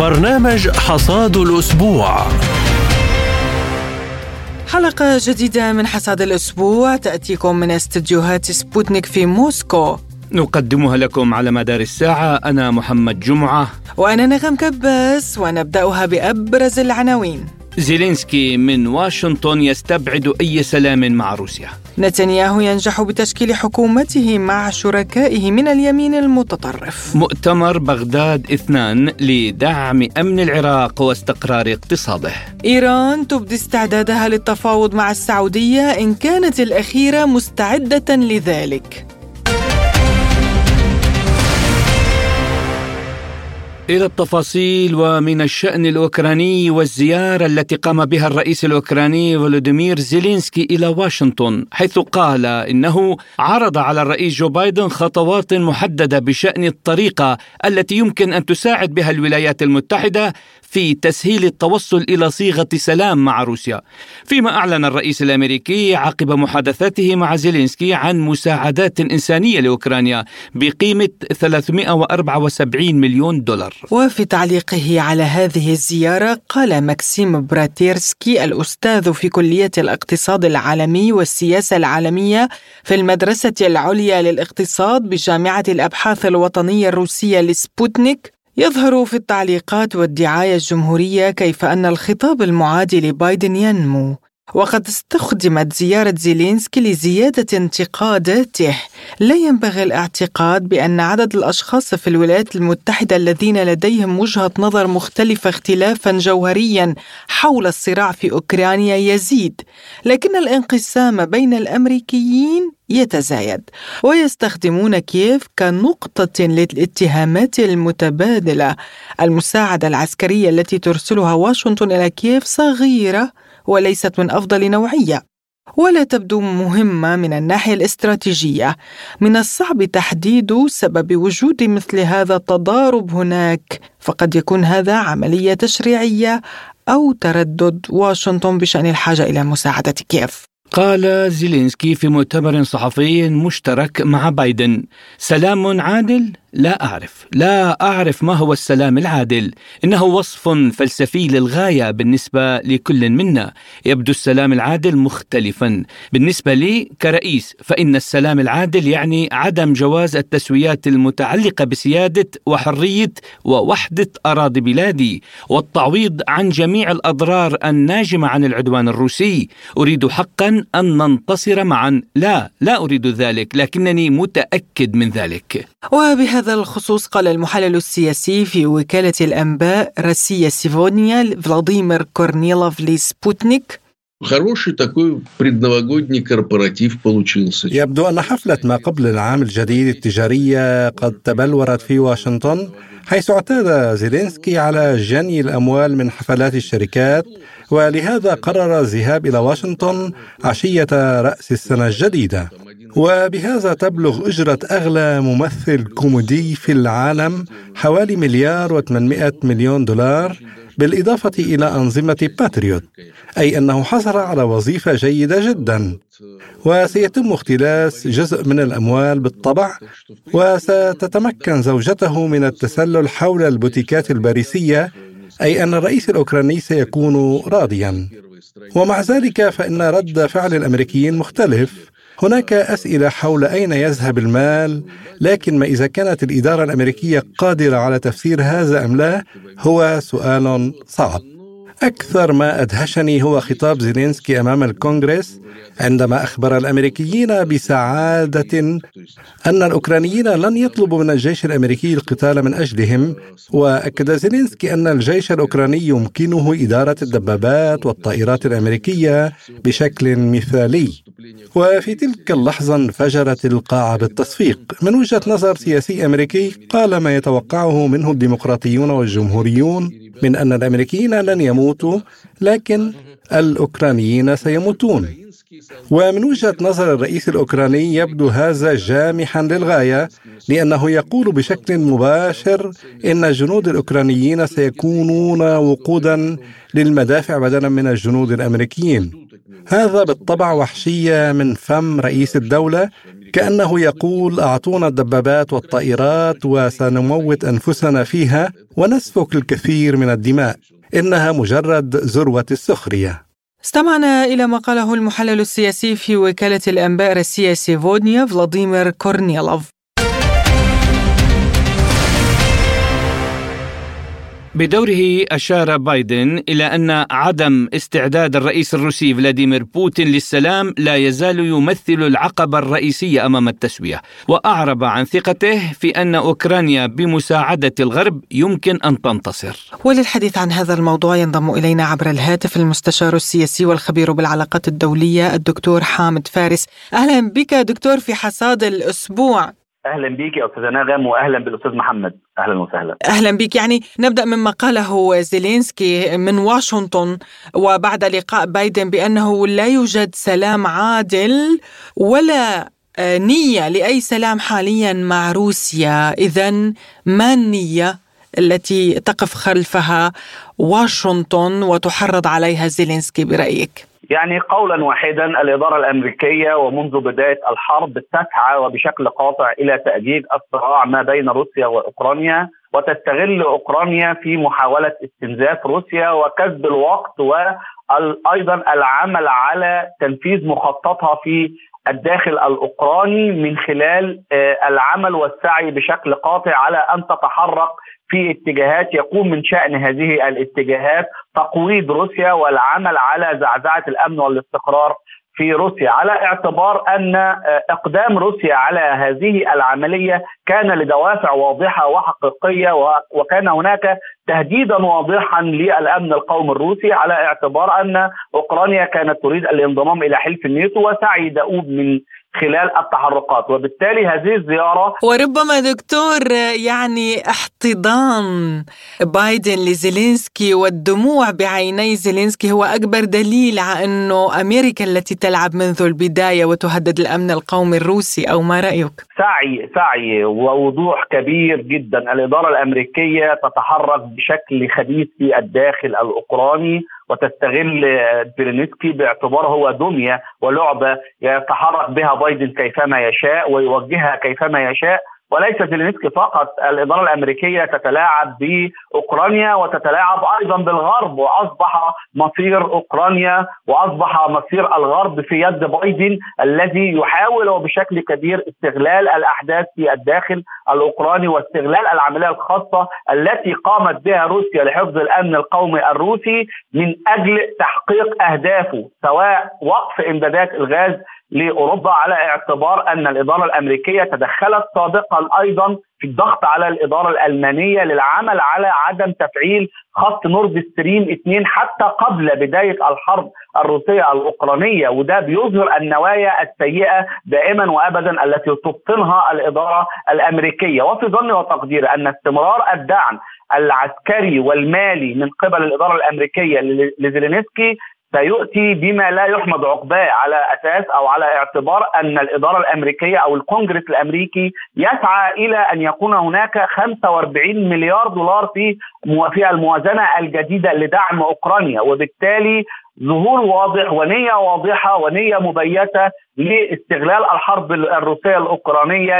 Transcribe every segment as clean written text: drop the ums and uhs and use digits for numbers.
برنامج حصاد الأسبوع. حلقة جديدة من حصاد الأسبوع تأتيكم من استديوهات سبوتنيك في موسكو. نقدمها لكم على مدار الساعة. أنا محمد جمعة وأنا نغم كباس، ونبدأها بأبرز العناوين. زيلينسكي من واشنطن يستبعد أي سلام مع روسيا. نتنياهو ينجح بتشكيل حكومته مع شركائه من اليمين المتطرف. مؤتمر بغداد 2 لدعم أمن العراق واستقرار اقتصاده. إيران تبدي استعدادها للتفاوض مع السعودية إن كانت الأخيرة مستعدة لذلك. إلى التفاصيل. ومن الشأن الأوكراني والزيارة التي قام بها الرئيس الأوكراني فولوديمير زيلينسكي إلى واشنطن، حيث قال إنه عرض على الرئيس جو بايدن خطوات محددة بشأن الطريقة التي يمكن أن تساعد بها الولايات المتحدة في تسهيل التوصل إلى صيغة سلام مع روسيا. فيما أعلن الرئيس الأمريكي عقب محادثته مع زيلينسكي عن مساعدات إنسانية لأوكرانيا بقيمة 374 مليون دولار. وفي تعليقه على هذه الزيارة قال ماكسيم براتيرسكي الأستاذ في كلية الاقتصاد العالمي والسياسة العالمية في المدرسة العليا للاقتصاد بجامعة الأبحاث الوطنية الروسية لسبوتنيك، يظهر في التعليقات والدعاية الجمهورية كيف أن الخطاب المعادي لبايدن ينمو، وقد استخدمت زيارة زيلينسكي لزيادة انتقاداته. لا ينبغي الاعتقاد بأن عدد الأشخاص في الولايات المتحدة الذين لديهم وجهة نظر مختلفة اختلافا جوهريا حول الصراع في أوكرانيا يزيد، لكن الانقسام بين الأمريكيين يتزايد، ويستخدمون كييف كنقطة للاتهامات المتبادلة. المساعدة العسكرية التي ترسلها واشنطن إلى كييف صغيرة وليست من أفضل نوعية، ولا تبدو مهمة من الناحية الاستراتيجية. من الصعب تحديد سبب وجود مثل هذا التضارب هناك، فقد يكون هذا عملية تشريعية أو تردد واشنطن بشأن الحاجة إلى مساعدة كييف. قال زيلينسكي في مؤتمر صحفي مشترك مع بايدن: سلام عادل؟ لا أعرف ما هو السلام العادل. إنه وصف فلسفي للغاية بالنسبة لكل منا. يبدو السلام العادل مختلفا. بالنسبة لي كرئيس فإن السلام العادل يعني عدم جواز التسويات المتعلقة بسيادة وحرية ووحدة أراضي بلادي والتعويض عن جميع الأضرار الناجمة عن العدوان الروسي. أريد حقا أن ننتصر معا. لا أريد ذلك، لكنني متأكد من ذلك. وبهذا الخصوص قال المحلل السياسي في وكالة الأنباء روسيا سيفونيا فلاديمير كورنيلوف لسبوتنيك: يبدو أن حفلة ما قبل العام الجديد التجارية قد تبلورت في واشنطن، حيث اعتاد زيلينسكي على جني الأموال من حفلات الشركات، ولهذا قرر الذهاب إلى واشنطن عشية رأس السنة الجديدة. وبهذا تبلغ أجرة أغلى ممثل كوميدي في العالم حوالي $1,800,000,000، بالإضافة إلى أنظمة باتريوت، أي أنه حصل على وظيفة جيدة جدا. وسيتم اختلاس جزء من الأموال بالطبع، وستتمكن زوجته من التسلل حول البوتيكات الباريسية، أي أن الرئيس الأوكراني سيكون راضيا. ومع ذلك فإن رد فعل الأمريكيين مختلف. هناك أسئلة حول أين يذهب المال، لكن ما إذا كانت الإدارة الأمريكية قادرة على تفسير هذا أم لا هو سؤال صعب. أكثر ما أدهشني هو خطاب زيلينسكي أمام الكونغرس عندما أخبر الأمريكيين بسعادة أن الأوكرانيين لن يطلبوا من الجيش الأمريكي القتال من أجلهم. وأكد زيلينسكي أن الجيش الأوكراني يمكنه إدارة الدبابات والطائرات الأمريكية بشكل مثالي. وفي تلك اللحظة انفجرت القاعة بالتصفيق. من وجهة نظر سياسي أمريكي قال ما يتوقعه منه الديمقراطيون والجمهوريون من أن الأمريكيين لن يموتوا، لكن الأوكرانيين سيموتون. ومن وجهة نظر الرئيس الأوكراني يبدو هذا جامحا للغاية، لأنه يقول بشكل مباشر إن الجنود الأوكرانيين سيكونون وقودا للمدافع بدلا من الجنود الأمريكيين. هذا بالطبع وحشية من فم رئيس الدولة، كأنه يقول أعطونا الدبابات والطائرات وسنموت أنفسنا فيها ونسفك الكثير من الدماء. إنها مجرد ذروة السخرية. استمعنا إلى ما قاله المحلل السياسي في وكالة الأنباء الروسية سيفودنيا فلاديمير كورنيلوف. بدوره أشار بايدن إلى أن عدم استعداد الرئيس الروسي فلاديمير بوتين للسلام لا يزال يمثل العقبة الرئيسية أمام التسوية، وأعرب عن ثقته في أن أوكرانيا بمساعدة الغرب يمكن أن تنتصر. وللحديث عن هذا الموضوع ينضم إلينا عبر الهاتف المستشار السياسي والخبير بالعلاقات الدولية الدكتور حامد فارس. أهلا بك دكتور في حصاد الأسبوع. أهلا بك يا أستاذ نغم، وأهلا بالأستاذ محمد. أهلا وسهلا. أهلا بك. يعني نبدأ مما قاله زيلينسكي من واشنطن وبعد لقاء بايدن بأنه لا يوجد سلام عادل ولا نية لأي سلام حاليا مع روسيا. إذن ما النية التي تقف خلفها واشنطن وتحرض عليها زيلينسكي برأيك؟ يعني قولا واحدا، الإدارة الأمريكية ومنذ بداية الحرب تسعى وبشكل قاطع إلى تأجيج الصراع ما بين روسيا وأوكرانيا، وتستغل أوكرانيا في محاولة استنزاف روسيا وكسب الوقت، وأيضا العمل على تنفيذ مخططها في الداخل الأوكراني من خلال العمل والسعي بشكل قاطع على أن تتحرك في اتجاهات يكون من شأن هذه الاتجاهات تقويض روسيا والعمل على زعزعة الأمن والاستقرار في روسيا، على اعتبار أن إقدام روسيا على هذه العملية كان لدوافع واضحة وحقيقية، وكان هناك تهديدا واضحا للأمن القومي الروسي، على اعتبار أن أوكرانيا كانت تريد الانضمام إلى حلف الناتو وسعي دؤوب من خلال التحركات. وبالتالي هذه الزيارة وربما دكتور يعني احتضان بايدن لزيلينسكي والدموع بعيني زيلينسكي هو أكبر دليل على أنه أمريكا التي تلعب منذ البداية وتهدد الأمن القومي الروسي، أو ما رأيك؟ سعي ووضوح كبير جدا. الإدارة الأمريكية تتحرك بشكل خبيث في الداخل الأوكراني وتستغل زيلينسكي باعتباره هو دمية ولعبة يتحرك بها بايدن كيفما يشاء ويوجهها كيفما يشاء. وليس زيلينسكي فقط، الإدارة الأمريكية تتلاعب بأوكرانيا وتتلاعب أيضا بالغرب، وأصبح مصير أوكرانيا وأصبح مصير الغرب في يد بايدن الذي يحاول وبشكل كبير استغلال الأحداث في الداخل الأوكراني واستغلال العملية الخاصة التي قامت بها روسيا لحفظ الأمن القومي الروسي من أجل تحقيق أهدافه، سواء وقف إمدادات الغاز لأوروبا، على اعتبار أن الإدارة الأمريكية تدخلت سابقا أيضا في الضغط على الإدارة الألمانية للعمل على عدم تفعيل خط نورد ستريم 2 حتى قبل بداية الحرب الروسية الأوكرانية، وده بيظهر النوايا السيئة دائما وأبدا التي تبطنها الإدارة الأمريكية. وفي ظني وتقديري أن استمرار الدعم العسكري والمالي من قبل الإدارة الأمريكية لزيلينسكي سيؤتي بما لا يحمد عقباه، على أساس أو على اعتبار أن الإدارة الأمريكية أو الكونجرس الأمريكي يسعى إلى أن يكون هناك 45 مليار دولار في الموازنة الجديدة لدعم أوكرانيا، وبالتالي ظهور واضح ونية واضحة ونية مبيتة لاستغلال الحرب الروسية الأوكرانية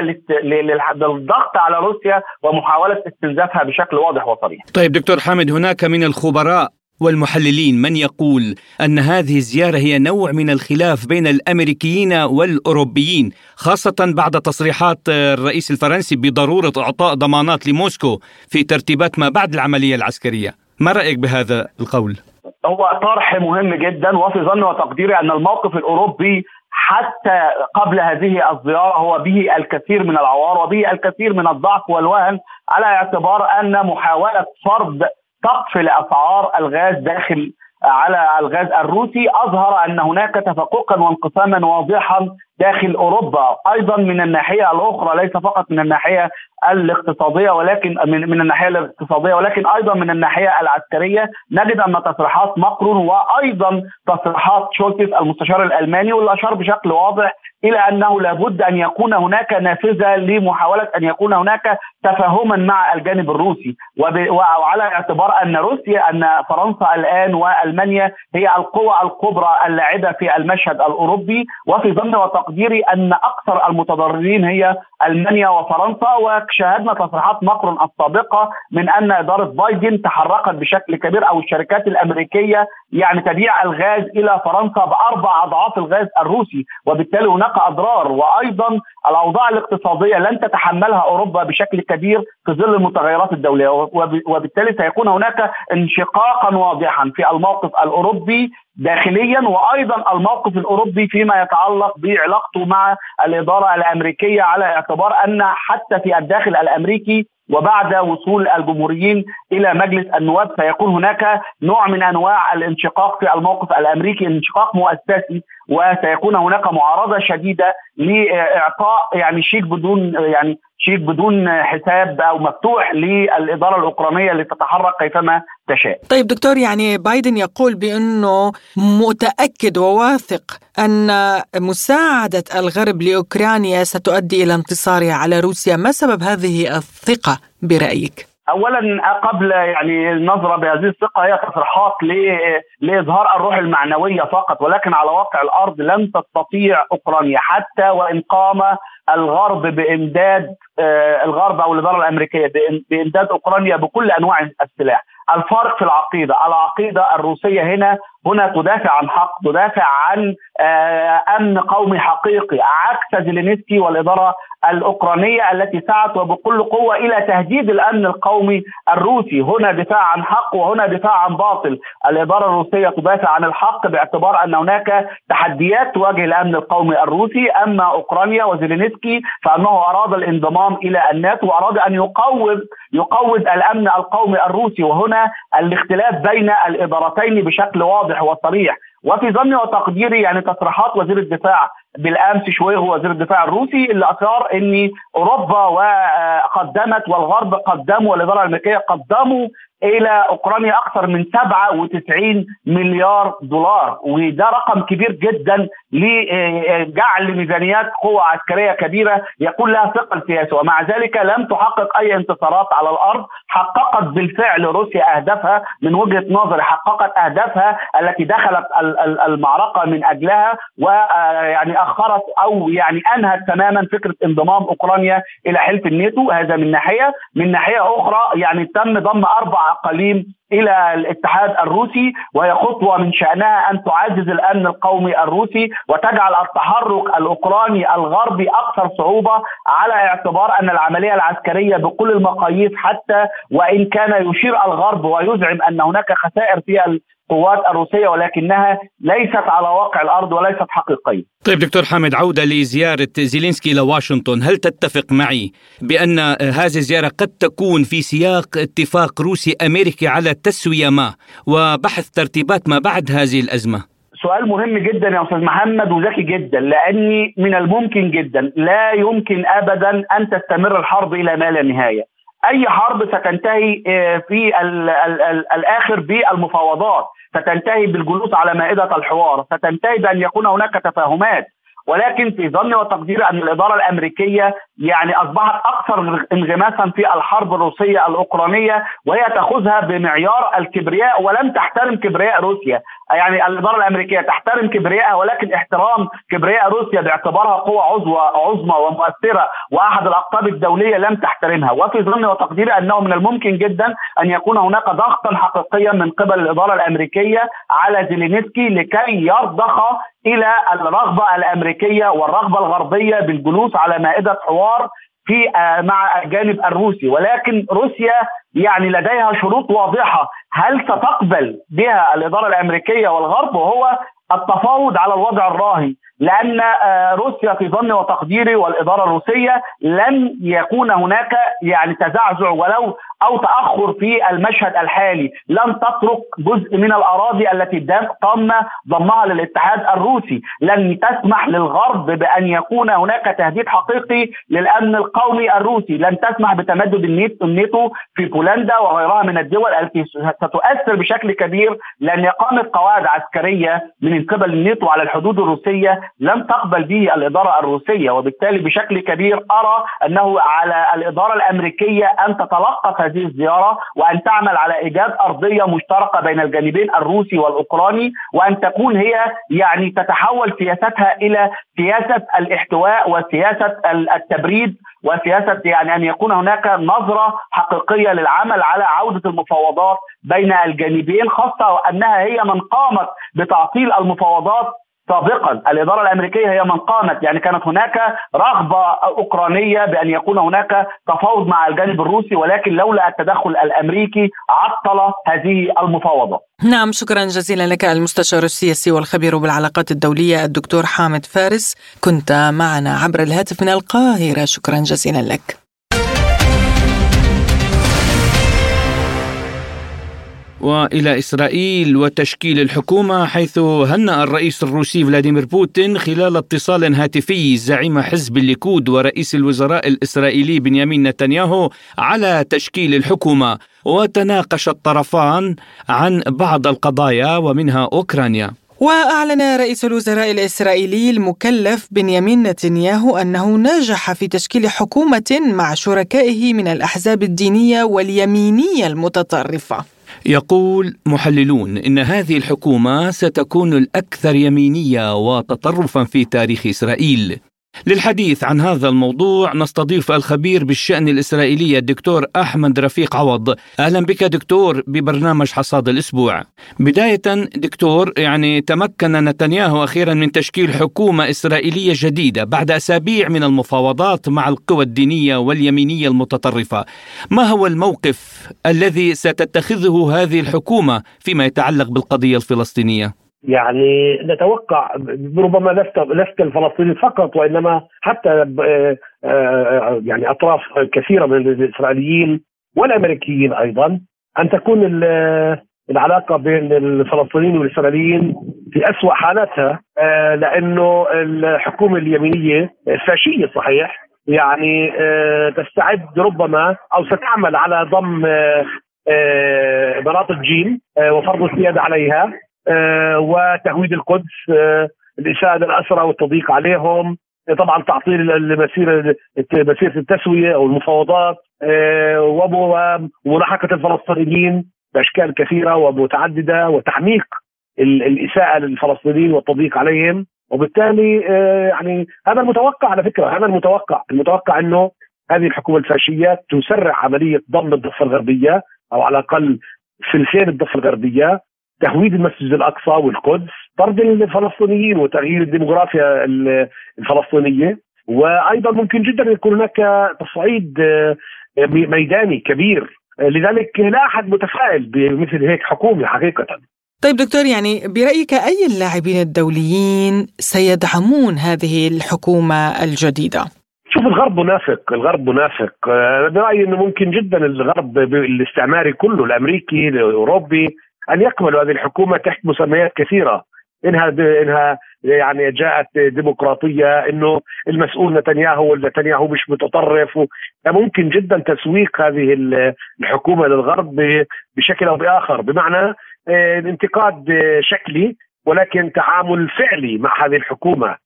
للضغط على روسيا ومحاولة استنزافها بشكل واضح وصريح. طيب دكتور حامد، هناك من الخبراء والمحللين من يقول أن هذه الزيارة هي نوع من الخلاف بين الأمريكيين والأوروبيين، خاصة بعد تصريحات الرئيس الفرنسي بضرورة إعطاء ضمانات لموسكو في ترتيبات ما بعد العملية العسكرية. ما رأيك بهذا القول؟ هو طرح مهم جدا، وفي ظني وتقديري أن الموقف الأوروبي حتى قبل هذه الزيارة هو به الكثير من العوار وبه الكثير من الضعف والوهن، على اعتبار أن محاولة فرض سقف لأسعار الغاز داخل على الغاز الروسي أظهر أن هناك تفككا وانقساما واضحا داخل أوروبا أيضا من الناحية الأخرى، ليس فقط من الناحية الاقتصادية ولكن من الناحية الاقتصادية ولكن أيضا من الناحية العسكرية. نجد أن تصريحات ماكرون وأيضا تصريحات شولتز المستشار الألماني واللي أشار بشكل واضح إلى أنه لابد أن يكون هناك نافذة لمحاولة أن يكون هناك تفاهما مع الجانب الروسي، وعلى اعتبار أن فرنسا الآن وألمانيا هي القوى الكبرى اللاعبة في المشهد الأوروبي، وفي ظني وتقديري أن أكثر المتضررين هي ألمانيا وفرنسا. وشاهدنا تصريحات ماكرون السابقة من أن إدارة بايدن تحركت بشكل كبير، أو الشركات الأمريكية يعني تبيع الغاز إلى فرنسا ب4 أضعاف الغاز الروسي، وبالتالي هناك أضرار. وأيضا الأوضاع الاقتصادية لن تتحملها أوروبا بشكل كبير في ظل المتغيرات الدولية، وبالتالي سيكون هناك انشقاقا واضحا في الموقف الأوروبي داخليا، وأيضا الموقف الأوروبي فيما يتعلق بعلاقته مع الإدارة الأمريكية، على اعتبار أن حتى في الداخل الأمريكي وبعد وصول الجمهوريين إلى مجلس النواب سيكون هناك نوع من أنواع الانشقاق في الموقف الأمريكي، انشقاق مؤسسي، وسيكون هناك معارضة شديدة لإعطاء شيك بدون حساب أو مفتوح للإدارة الأوكرانية لتتحرك كيفما تشاء. طيب دكتور، يعني بايدن يقول بأنه متأكد وواثق أن مساعدة الغرب لأوكرانيا ستؤدي إلى انتصارها على روسيا. ما سبب هذه الثقة برأيك؟ أولا قبل النظرة بهذه الثقة، هي تصريحات لإظهار الروح المعنوية فقط، ولكن على واقع الأرض لن تستطيع أوكرانيا حتى وإن قام الغرب بإمداد الغرب أو الإدارة الأمريكية بإمداد أوكرانيا بكل أنواع السلاح. الفرق في العقيدة الروسية هنا تدافع عن حق، تدافع عن أمن قومي حقيقي، عكس زيلينسكي والإدارة الأوكرانية التي سعت وبكل قوة إلى تهديد الأمن القومي الروسي. هنا دفاع عن حق وهنا دفاع عن باطل. الإدارة الروسية تدافع عن الحق باعتبار أن هناك تحديات تواجه الأمن القومي الروسي، أما أوكرانيا وزيلينسكي فأنه أراد الانضمام إلى الناتو وأراد أن يقوض الأمن القومي الروسي. وهنا الاختلاف بين الإدارتين بشكل واضح وصريح. وفي ظني وتقديري تصريحات وزير الدفاع بالأمس شويغو وزير الدفاع الروسي اللي أشار أن أوروبا وقدمت والغرب قدموا والإدارة الأمريكية قدموا إلى أوكرانيا أكثر من 97 مليار دولار، وده رقم كبير جدا لجعل ميزانيات قوة عسكرية كبيرة يكون لها ثقل سياسي، ومع ذلك لم تحقق أي انتصارات على الأرض. حققت بالفعل روسيا أهدافها من وجهة نظري، حققت أهدافها التي دخلت المعركة من أجلها، أخرت أو أنهت تماما فكرة انضمام أوكرانيا إلى حلف الناتو. هذا من ناحية أخرى تم ضم 4 أقاليم إلى الاتحاد الروسي، وهي خطوة من شأنها أن تعزز الأمن القومي الروسي وتجعل التحرك الأوكراني الغربي أكثر صعوبة، على اعتبار أن العملية العسكرية بكل المقاييس حتى وإن كان يشير الغرب ويزعم أن هناك خسائر في القوات الروسية، ولكنها ليست على واقع الأرض وليست حقيقية. طيب دكتور حامد، عودة لزيارة زيلينسكي إلى واشنطن، هل تتفق معي بأن هذه الزيارة قد تكون في سياق اتفاق روسي أمريكي على تسوية ما وبحث ترتيبات ما بعد هذه الأزمة؟ سؤال مهم جدا يا أستاذ محمد وذكي جدا، لأني من الممكن جدا لا يمكن أبدا أن تستمر الحرب إلى ما لا نهاية. أي حرب ستنتهي في الآخر بالمفاوضات، ستنتهي بالجلوس على مائدة الحوار، ستنتهي بأن يكون هناك تفاهمات. ولكن في ظني وتقديري أن الإدارة الأمريكية أصبحت أكثر انغماسا في الحرب الروسية الأوكرانية، وهي تأخذها بمعيار الكبرياء ولم تحترم كبرياء روسيا. الإدارة الأمريكية تحترم كبرياءها، ولكن احترام كبرياء روسيا باعتبارها قوة عظمى ومؤثرة وأحد الأقطاب الدولية لم تحترمها. وفي ظني وتقديري أنه من الممكن جدا أن يكون هناك ضغطا حقيقيا من قبل الإدارة الأمريكية على زيلينسكي لكي يرضخ إلى الرغبة الأمريكية والرغبة الغربية بالجلوس على مائدة حوار مع الجانب الروسي. ولكن روسيا لديها شروط واضحة، هل ستقبل بها الإدارة الأمريكية والغرب؟ وهو التفاوض على الوضع الراهن. لأن روسيا في ظني وتقديري والإدارة الروسية لن يكون هناك يعني تزعزع ولو أو تأخر في المشهد الحالي، لن تترك جزء من الأراضي التي تم ضمها للاتحاد الروسي، لن تسمح للغرب بأن يكون هناك تهديد حقيقي للأمن القومي الروسي، لن تسمح بتمدد الناتو في بولندا وغيرها من الدول التي ستؤثر بشكل كبير، لأن إقامة قواعد عسكرية من قبل الناتو على الحدود الروسية لن تقبل به الإدارة الروسية. وبالتالي بشكل كبير أرى أنه على الإدارة الأمريكية أن تتلقف هذه الزيارة وأن تعمل على إيجاد أرضية مشتركة بين الجانبين الروسي والأوكراني، وأن تكون هي يعني تتحول سياستها إلى سياسة الاحتواء وسياسة التبريد وسياسة يعني أن يكون هناك نظرة حقيقية للعمل على عودة المفاوضات بين الجانبين، خاصة وأنها هي من قامت بتعطيل المفاوضات سابقا. الإدارة الأمريكية هي من قامت، يعني كانت هناك رغبة أوكرانية بأن يكون هناك تفاوض مع الجانب الروسي، ولكن لولا التدخل الأمريكي عطل هذه المفاوضات. نعم، شكرا جزيلا لك المستشار السياسي والخبير بالعلاقات الدولية الدكتور حامد فارس، كنت معنا عبر الهاتف من القاهرة. شكرا جزيلا لك. وإلى إسرائيل وتشكيل الحكومة، حيث هنأ الرئيس الروسي فلاديمير بوتين خلال اتصال هاتفي زعيم حزب الليكود ورئيس الوزراء الإسرائيلي بنيامين نتنياهو على تشكيل الحكومة، وتناقش الطرفان عن بعض القضايا ومنها أوكرانيا. وأعلن رئيس الوزراء الإسرائيلي المكلف بنيامين نتنياهو أنه نجح في تشكيل حكومة مع شركائه من الأحزاب الدينية واليمينية المتطرفة. يقول محللون إن هذه الحكومة ستكون الأكثر يمينية وتطرفا في تاريخ إسرائيل. للحديث عن هذا الموضوع نستضيف الخبير بالشأن الإسرائيلي الدكتور أحمد رفيق عوض. أهلا بك دكتور ببرنامج حصاد الأسبوع. بداية دكتور، يعني تمكن نتنياهو أخيرا من تشكيل حكومة إسرائيلية جديدة بعد أسابيع من المفاوضات مع القوى الدينية واليمينية المتطرفة. ما هو الموقف الذي ستتخذه هذه الحكومة فيما يتعلق بالقضية الفلسطينية؟ يعني نتوقع ربما لست الفلسطينيين فقط، وإنما حتى يعني أطراف كثيرة من الإسرائيليين والأمريكيين أيضا، أن تكون العلاقة بين الفلسطينيين والإسرائيليين في أسوأ حالاتها، لأنه الحكومة اليمينية فاشية صحيح، يعني تستعد ربما أو ستعمل على ضم مناطق جيم وفرض السيادة عليها وتهويد القدس، الإساءة للأسرى والتضييق عليهم، طبعا تعطيل مسيرة التسوية أو المفاوضات، وملاحقة الفلسطينيين بأشكال كثيرة ومتعددة، وتحميق الإساءة للفلسطينيين والتضييق عليهم. وبالتالي يعني هذا المتوقع، على فكرة هذا المتوقع أنه هذه الحكومة الفاشية تسرع عملية ضم الضفة الغربية، أو على الأقل ثلثين الضفة الغربية، تهويد المسجد الأقصى والقدس، طرد الفلسطينيين وتغيير الديموغرافيا الفلسطينية. وأيضا ممكن جدا يكون هناك تصعيد ميداني كبير، لذلك لا أحد متفائل بمثل هيك حكومة حقيقة. طيب دكتور، يعني برأيك أي اللاعبين الدوليين سيدعمون هذه الحكومة الجديدة؟ شوف، الغرب منافق. برأيي أنه ممكن جدا الغرب الاستعماري كله، الأمريكي الأوروبي، أن يقبلوا هذه الحكومة تحت مسميات كثيرة، إنها يعني جاءت ديمقراطية، إنه المسؤول نتنياهو مش متطرف. ممكن جدا تسويق هذه الحكومة للغرب بشكل أو بآخر، بمعنى الانتقاد شكلي ولكن تعامل فعلي مع هذه الحكومة.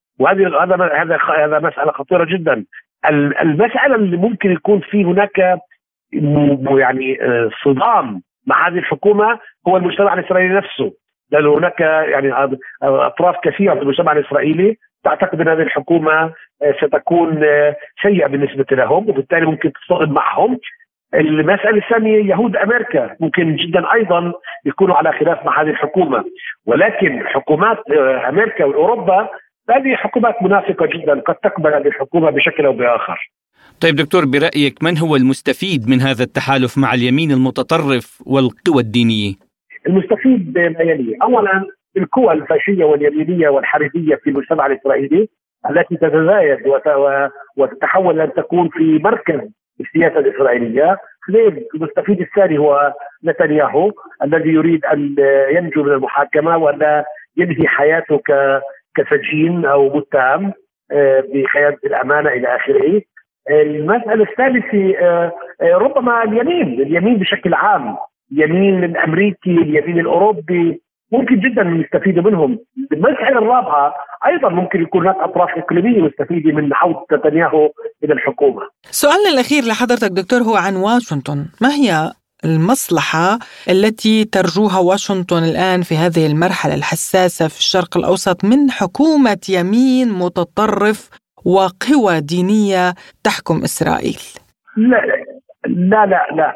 هذا مسألة خطيرة جدا. المسألة اللي ممكن يكون في هناك يعني صدام مع هذه الحكومة هو المجتمع الإسرائيلي نفسه، لأن هناك يعني أطراف كثيرة في المجتمع الإسرائيلي تعتقد أن هذه الحكومة ستكون سيئة بالنسبة لهم، وبالتالي ممكن تصطدم معهم. المسألة الثانية، يهود أمريكا ممكن جدا أيضا يكونوا على خلاف مع هذه الحكومة، ولكن حكومات أمريكا وأوروبا هذه حكومات منافقة جدا، قد تقبل هذه الحكومة بشكل أو بآخر. طيب دكتور، برأيك من هو المستفيد من هذا التحالف مع اليمين المتطرف والقوى الدينية؟ المستفيد ما يلي: أولا القوى الفاشية واليمينية والحربية في المجتمع الإسرائيلي التي تتزايد وتتحول أن تكون في مركز السياسة الإسرائيلية. اثنين، المستفيد الثاني هو نتنياهو الذي يريد أن ينجو من المحاكمة وأن ينهي حياته كسجين أو متهم بخيانة الأمانة إلى آخره. المسألة الثالثة ربما اليمين بشكل عام، اليمين الأمريكي، اليمين الأوروبي، ممكن جدا يستفيدوا منهم. المسألة الرابعة أيضا ممكن يكون هناك أطراف إقليمية مستفيدة من عودة نتنياهو إلى الحكومة. سؤالنا الأخير لحضرتك دكتور هو عن واشنطن. ما هي المصلحة التي ترجوها واشنطن الآن في هذه المرحلة الحساسة في الشرق الأوسط من حكومة يمين متطرف وقوى دينية تحكم إسرائيل؟ لا لا لا لا,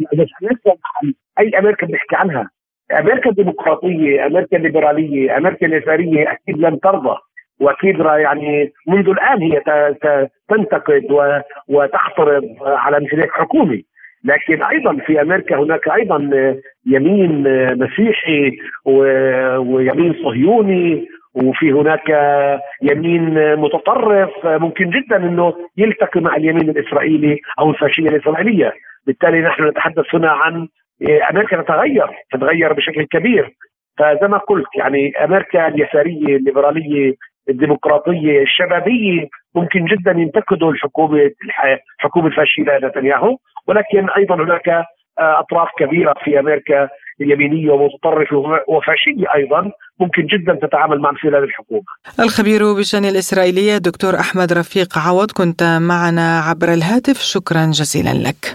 أي أمريكا بنحكي عنها، أمريكا ديمقراطية، أمريكا ليبرالية، أمريكا اليسارية أكيد لن ترضى، وأكيد يعني منذ الآن هي تنتقد وتحترض على مثل حكومة. لكن أيضا في أمريكا هناك أيضا يمين مسيحي ويمين صهيوني، وفي هناك يمين متطرف ممكن جدا أنه يلتقي مع اليمين الإسرائيلي أو الفاشية الإسرائيلية. بالتالي نحن نتحدث هنا عن أمريكا تتغير بشكل كبير. فزي ما قلت يعني أمريكا اليسارية الليبرالية الديمقراطية الشبابية ممكن جدا ينتقدوا حكومة الفاشية نتنياهو، ولكن أيضا هناك أطراف كبيرة في أمريكا يمينية ومتطرفة وفاشية أيضا ممكن جدا تتعامل مع مثل هذه الحكومة. الخبير بالشأن الإسرائيلية دكتور أحمد رفيق عوض، كنت معنا عبر الهاتف، شكرا جزيلا لك.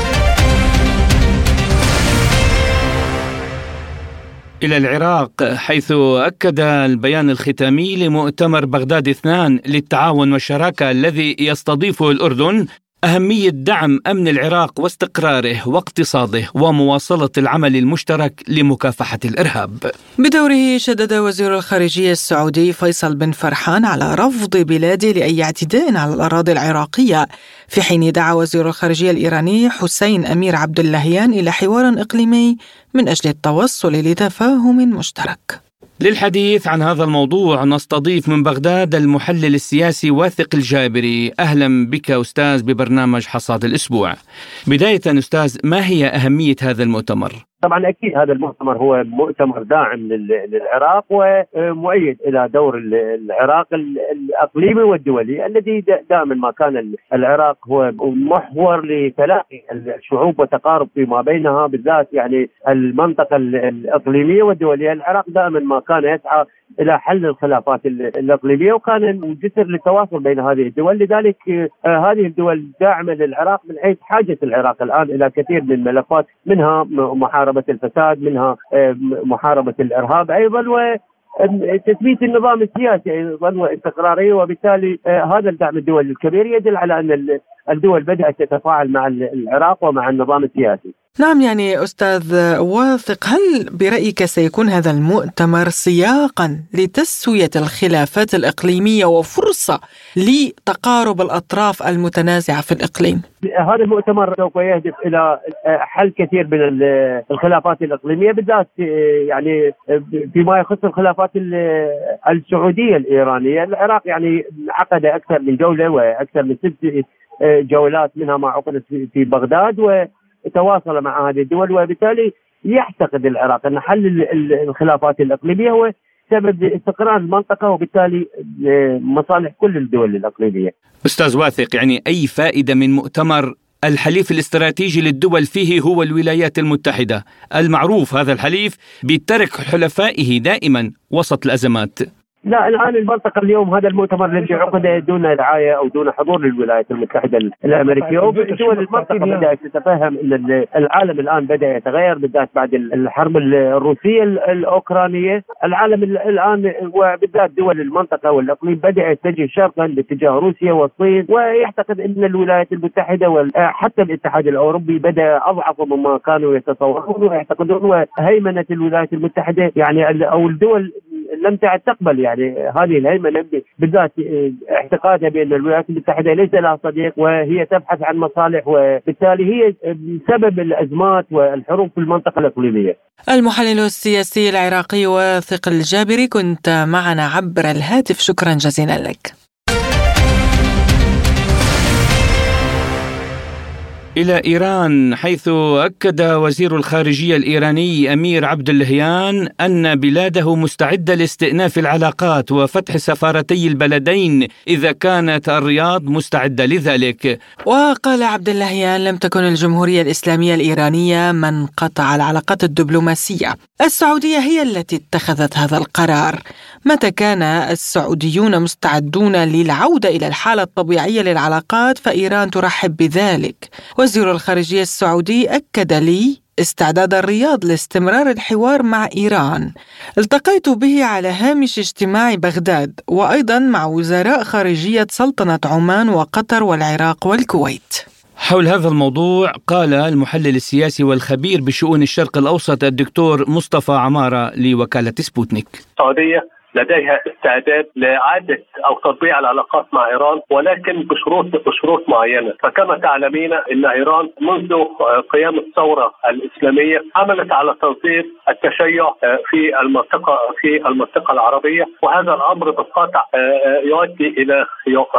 إلى العراق، حيث أكد البيان الختامي لمؤتمر بغداد 2 للتعاون والشراكة الذي يستضيفه الأردن أهمية دعم أمن العراق واستقراره واقتصاده ومواصلة العمل المشترك لمكافحة الإرهاب. بدوره شدد وزير الخارجية السعودي فيصل بن فرحان على رفض بلاده لأي اعتداء على الأراضي العراقية، في حين دعا وزير الخارجية الإيراني حسين أمير عبد اللهيان إلى حوار إقليمي من أجل التوصل لتفاهم مشترك. للحديث عن هذا الموضوع نستضيف من بغداد المحلل السياسي واثق الجابري. أهلا بك أستاذ ببرنامج حصاد الأسبوع. بداية أستاذ، ما هي أهمية هذا المؤتمر؟ طبعا أكيد هذا المؤتمر هو مؤتمر داعم للعراق ومؤيد إلى دور العراق الأقليمي والدولي الذي دائما ما كان العراق هو محور لتلاقي الشعوب وتقارب فيما بينها، بالذات يعني المنطقة الإقليمية والدولية. العراق دائما ما كان يسعى إلى حل الخلافات الإقليمية وكان جسر للتواصل بين هذه الدول. لذلك هذه الدول داعمة للعراق من حيث حاجة العراق الآن إلى كثير من الملفات، منها محاربة الفساد، منها محاربة الإرهاب أيضا، وتثبيت النظام السياسي أيضا واستقراره. وبالتالي هذا الدعم الدولي الكبير يدل على أن الدول بدأت تتفاعل مع العراق ومع النظام السياسي. نعم، يعني أستاذ واثق، هل برأيك سيكون هذا المؤتمر سياقا لتسوية الخلافات الإقليمية وفرصة لتقارب الأطراف المتنازعة في الإقليم؟ هذا المؤتمر سوف يهدف إلى حل كثير من الخلافات الإقليمية، بالذات يعني فيما يخص الخلافات السعودية الإيرانية. العراق يعني عقد أكثر من جولة وأكثر من 6 جولات منها ما عقدت في بغداد وتواصل مع هذه الدول، وبالتالي يعتقد العراق أن حل الخلافات الإقليمية هو سبب استقرار المنطقة وبالتالي مصالح كل الدول الإقليمية. أستاذ واثق، يعني أي فائدة من مؤتمر الحليف الاستراتيجي للدول فيه هو الولايات المتحدة المعروف هذا الحليف بترك حلفائه دائما وسط الأزمات؟ لا، الآن المنطقة اليوم هذا المؤتمر الذي عقد دون رعاية أو دون حضور للولايات المتحدة الأمريكية، ودول المنطقة بدأت تتفهم أن العالم الآن بدأ يتغير، بالذات بعد الحرب الروسية الأوكرانية. العالم الآن وبالذات دول المنطقة والإقليم بدأ يتجه شرقا باتجاه روسيا والصين، ويعتقد أن الولايات المتحدة وحتى الاتحاد الأوروبي بدأ أضعف مما كانوا يتصورون ويعتقدون، وهيمنة الولايات المتحدة يعني أو الدول لم تعد تقبل يعني هذه الهيمنة، بالذات اعتقادها بأن الولايات المتحدة ليس لها صديق وهي تبحث عن مصالح، وبالتالي هي سبب الأزمات والحروب في المنطقة الإقليمية. المحلل السياسي العراقي واثق الجابري، كنت معنا عبر الهاتف، شكرا جزيلا لك. إلى إيران، حيث أكد وزير الخارجية الإيراني أمير عبد اللهيان أن بلاده مستعدة لاستئناف العلاقات وفتح سفارتي البلدين إذا كانت الرياض مستعدة لذلك. وقال عبد اللهيان: لم تكن الجمهورية الإسلامية الإيرانية من قطع العلاقات الدبلوماسية، السعودية هي التي اتخذت هذا القرار. متى كان السعوديون مستعدون للعودة إلى الحالة الطبيعية للعلاقات فإيران ترحب بذلك. وزير الخارجية السعودي أكد لي استعداد الرياض لاستمرار الحوار مع إيران. التقيت به على هامش اجتماع بغداد، وأيضا مع وزراء خارجية سلطنة عمان وقطر والعراق والكويت. حول هذا الموضوع قال المحلل السياسي والخبير بشؤون الشرق الأوسط الدكتور مصطفى عمارة لوكالة سبوتنيك: السعودية لديها استعداد لإعادة أو تطبيع العلاقات مع إيران، ولكن بشروط معينة. فكما تعلمين أن إيران منذ قيام الثورة الإسلامية عملت على تصدير التشيع في المنطقة العربية، وهذا الأمر بالقطع يؤدي إلى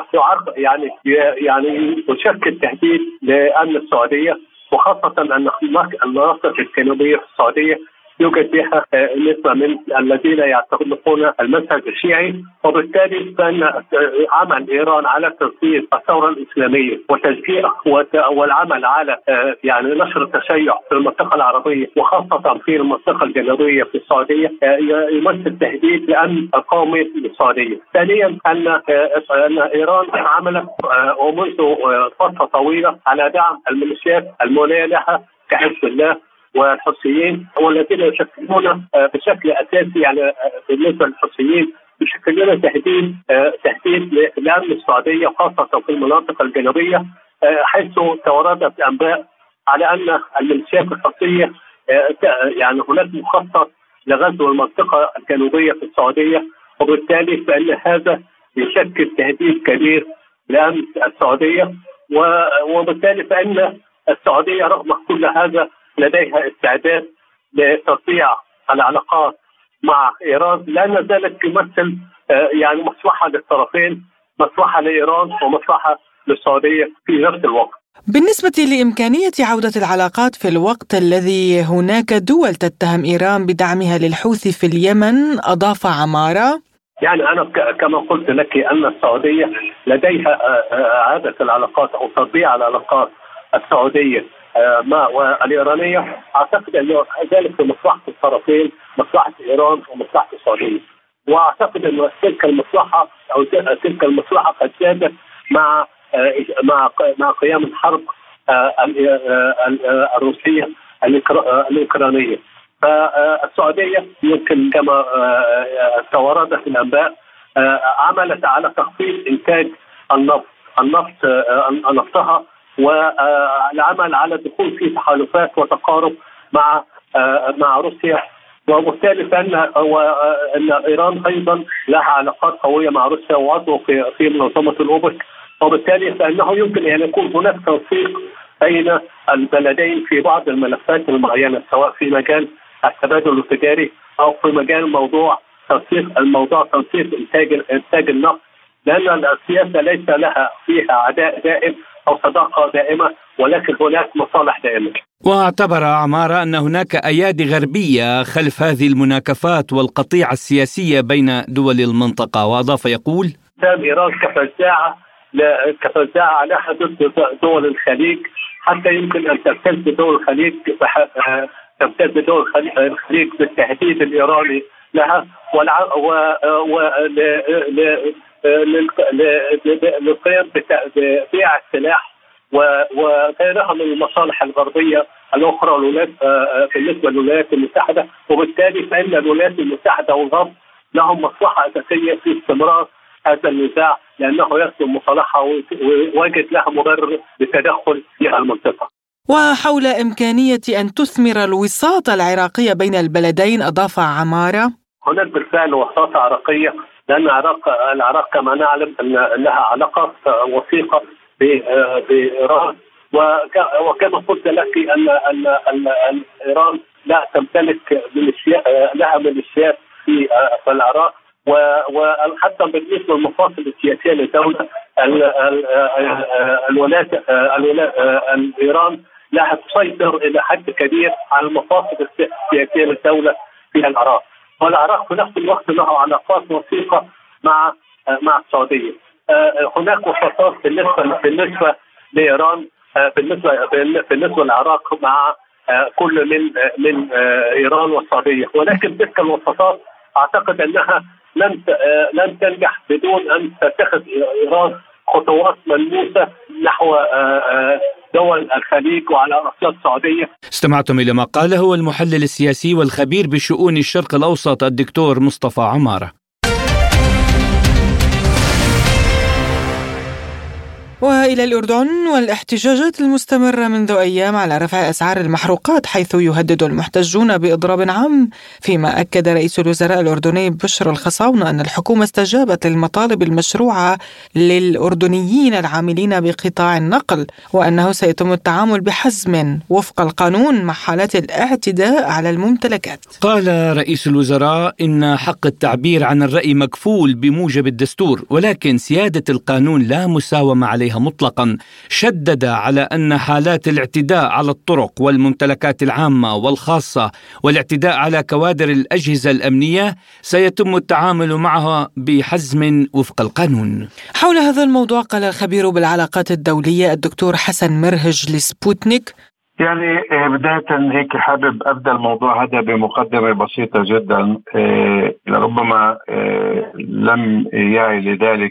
يعني يشكل تهديد لأمن السعودية، وخاصة أن المناطق الجنوبية في السعودية يوجد بها نسبة من الذين يعتنقون المذهب الشيعي، وبالتالي فإن عمل إيران على تسويق الثورة الإسلامية وتشجيع والعمل على يعني نشر التشيع في المنطقة العربية وخاصة في المنطقة الجنوبية في السعودية يمثل تهديد للأمن القومي للسعودية. ثانيا أن إيران عملت ومنذ فترة طويلة على دعم الميليشيات المولية لها كحزب الله والحوثيين، والذين يشكلون بشكل اساسي يعني بالنسبه للحوثيين يشكلون تهديد لامن السعوديه خاصه في المناطق الجنوبيه، حيث توردت انباء على ان الميليشيات الحوثيه يعني هناك مخطط لغزو المنطقه الجنوبيه في السعوديه، وبالتالي فان هذا يشكل تهديد كبير لامن السعوديه، وبالتالي فان السعوديه رغم كل هذا لديها استعداد لتطبيع العلاقات مع إيران، لأن ذلك يمثل يعني مصلحة للطرفين، مصلحة لإيران ومصلحة للسعودية في نفس الوقت. بالنسبة لإمكانية عودة العلاقات في الوقت الذي هناك دول تتهم إيران بدعمها للحوثي في اليمن، أضاف عمارة: يعني أنا كما قلت لك أن السعودية لديها إعادة العلاقات أو تطبيع العلاقات السعودية والإيرانية. أعتقد أن ذلك في مصلحة الطرفين، مصلحة إيران ومصلحة السعودية، وأعتقد أن تلك المصلحة قد زادت مع قيام الحرب الروسية الأوكرانية. فالسعودية يمكن كما توردت الأنباء عملت على تخفيض إنتاج نفطها والعمل على الدخول في تحالفات وتقارب مع روسيا، وبالتالي فإن إيران أيضا لها علاقات قوية مع روسيا وعضو في منظمة الأوبك، وبالتالي فإنه يمكن أن يكون هناك تنسيق بين البلدين في بعض الملفات المعينة، سواء في مجال التبادل التجاري أو في مجال تنسيق إنتاج النفط، لأن السياسة ليس لها فيها عداء دائم أو صداقة دائمة، ولكن هناك مصالح دائمة. واعتبر عمارة أن هناك أيادي غربية خلف هذه المناكفات والقطيعة السياسية بين دول المنطقة، وأضاف يقول: إيران كفزاعة لها ضد دول الخليج، حتى يمكن أن تمتد دول الخليج بالتهديد الإيراني لها للقيام ببيع السلاح وغيرها من المصالح الغربية الأخرى بالنسبة للولايات المتحدة، وبالتالي فإن الولايات المتحدة والغرب لهم مصلحة أساسية في استمرار هذا النزاع، لأنه يخدم مصالحها ويوجد لها مبرر للتدخل في المنطقة. وحول إمكانية أن تثمر الوساطة العراقية بين البلدين، أضاف عمارة: هناك بالفعل وساطة عراقية، لأن العراق كما نعلم أنها علاقات وثيقة بإيران، وكما قلت لك أن إيران لا تمتلك لها ميليشيات في العراق، وحتى بالنسبة للمفاصل السياسية للدولة إيران لا تسيطر إلى حد كبير على المفاصل السياسية للدولة في العراق، والعراق في نفس الوقت له علاقات وثيقة مع السعودية. هناك وساطات بالنسبة لإيران، بالنسبة للعراق مع كل من إيران والسعودية، ولكن تلك الوساطات أعتقد أنها لن تنجح بدون أن تتخذ إيران خطوات ملموسة نحو دول الخليج وعلى رأسها السعودية. استمعتم إلى ما قاله المحلل السياسي والخبير بشؤون الشرق الأوسط الدكتور مصطفى عمارة. وإلى الأردن والاحتجاجات المستمرة منذ أيام على رفع أسعار المحروقات، حيث يهدد المحتجون بإضراب عام، فيما أكد رئيس الوزراء الأردني بشر الخصاونة أن الحكومة استجابت للمطالب المشروعة للأردنيين العاملين بقطاع النقل، وأنه سيتم التعامل بحزم وفق القانون مع حالات الاعتداء على الممتلكات. قال رئيس الوزراء إن حق التعبير عن الرأي مكفول بموجب الدستور، ولكن سيادة القانون لا مساومة عليه مطلقا. شدد على أن حالات الاعتداء على الطرق والممتلكات العامة والخاصة والاعتداء على كوادر الأجهزة الأمنية سيتم التعامل معها بحزم وفق القانون. حول هذا الموضوع قال الخبير بالعلاقات الدولية الدكتور حسن مرهج لسبوتنيك: يعني بداية هيك حابب أبدأ الموضوع هذا بمقدمة بسيطة جدا، لربما لم يعي لذلك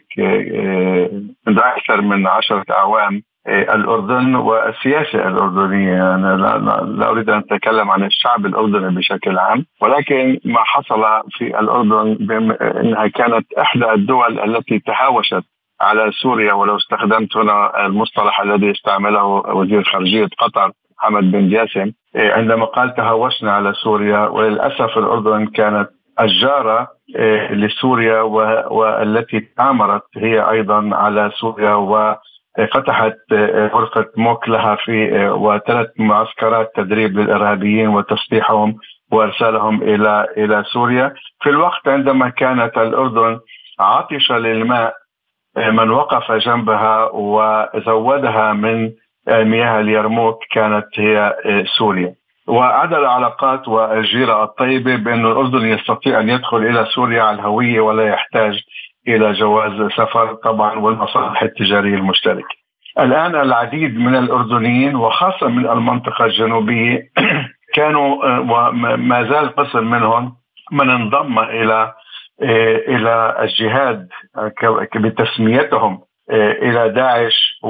منذ أكثر من 10 أعوام الأردن والسياسة الأردنية. أنا لا أريد أن أتكلم عن الشعب الأردني بشكل عام، ولكن ما حصل في الأردن أنها كانت إحدى الدول التي تهاوشت على سوريا، ولو استخدمت هنا المصطلح الذي استعمله وزير خارجية قطر حمد بن جاسم عندما قال تهاوشنا على سوريا. وللأسف الأردن كانت الجارة لسوريا والتي تآمرت هي أيضا على سوريا، وفتحت غرفة موك لها في و3 معسكرات تدريب للإرهابيين وتسليحهم وإرسالهم إلى سوريا. في الوقت عندما كانت الأردن عاطشة للماء، من وقف جنبها وزودها من مياه اليرموك كانت هي سوريا. وعدد العلاقات والجيرة الطيبة بأن الأردن يستطيع أن يدخل إلى سوريا على الهوية ولا يحتاج إلى جواز سفر طبعا، والمصالح التجارية المشتركة. الآن العديد من الأردنيين وخاصة من المنطقة الجنوبية كانوا وما زال قسم منهم من انضم إلى الجهاد بتسميتهم إلى داعش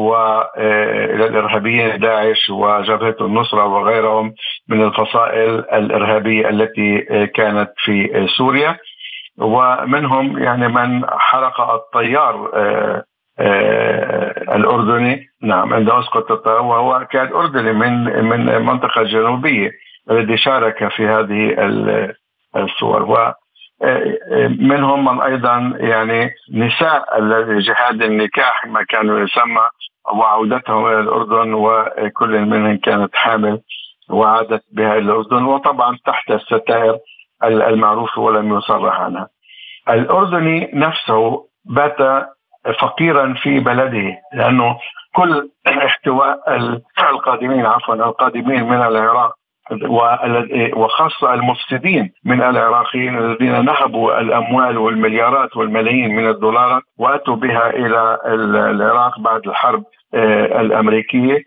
وإلى الإرهابيين داعش وجبهة النصرة وغيرهم من الفصائل الإرهابية التي كانت في سوريا. ومنهم يعني من حرق الطيار الأردني، نعم، عند أسقط الطيار، وهو كان أردني من المنطقة الجنوبية الذي شارك في هذه الصور. منهم من أيضا يعني نساء جهاد النكاح ما كانوا يسمى، وعودتهم إلى الأردن، وكل منهم كانت حامل وعادت بها إلى الأردن، وطبعا تحت الستائر المعروفة ولم يصرح عنها. الأردني نفسه بات فقيرا في بلده، لأنه كل احتواء القادمين من العراق وخاصة المفسدين من العراقيين الذين نهبوا الأموال والمليارات والملايين من الدولارات وأتوا بها إلى العراق بعد الحرب الأمريكية،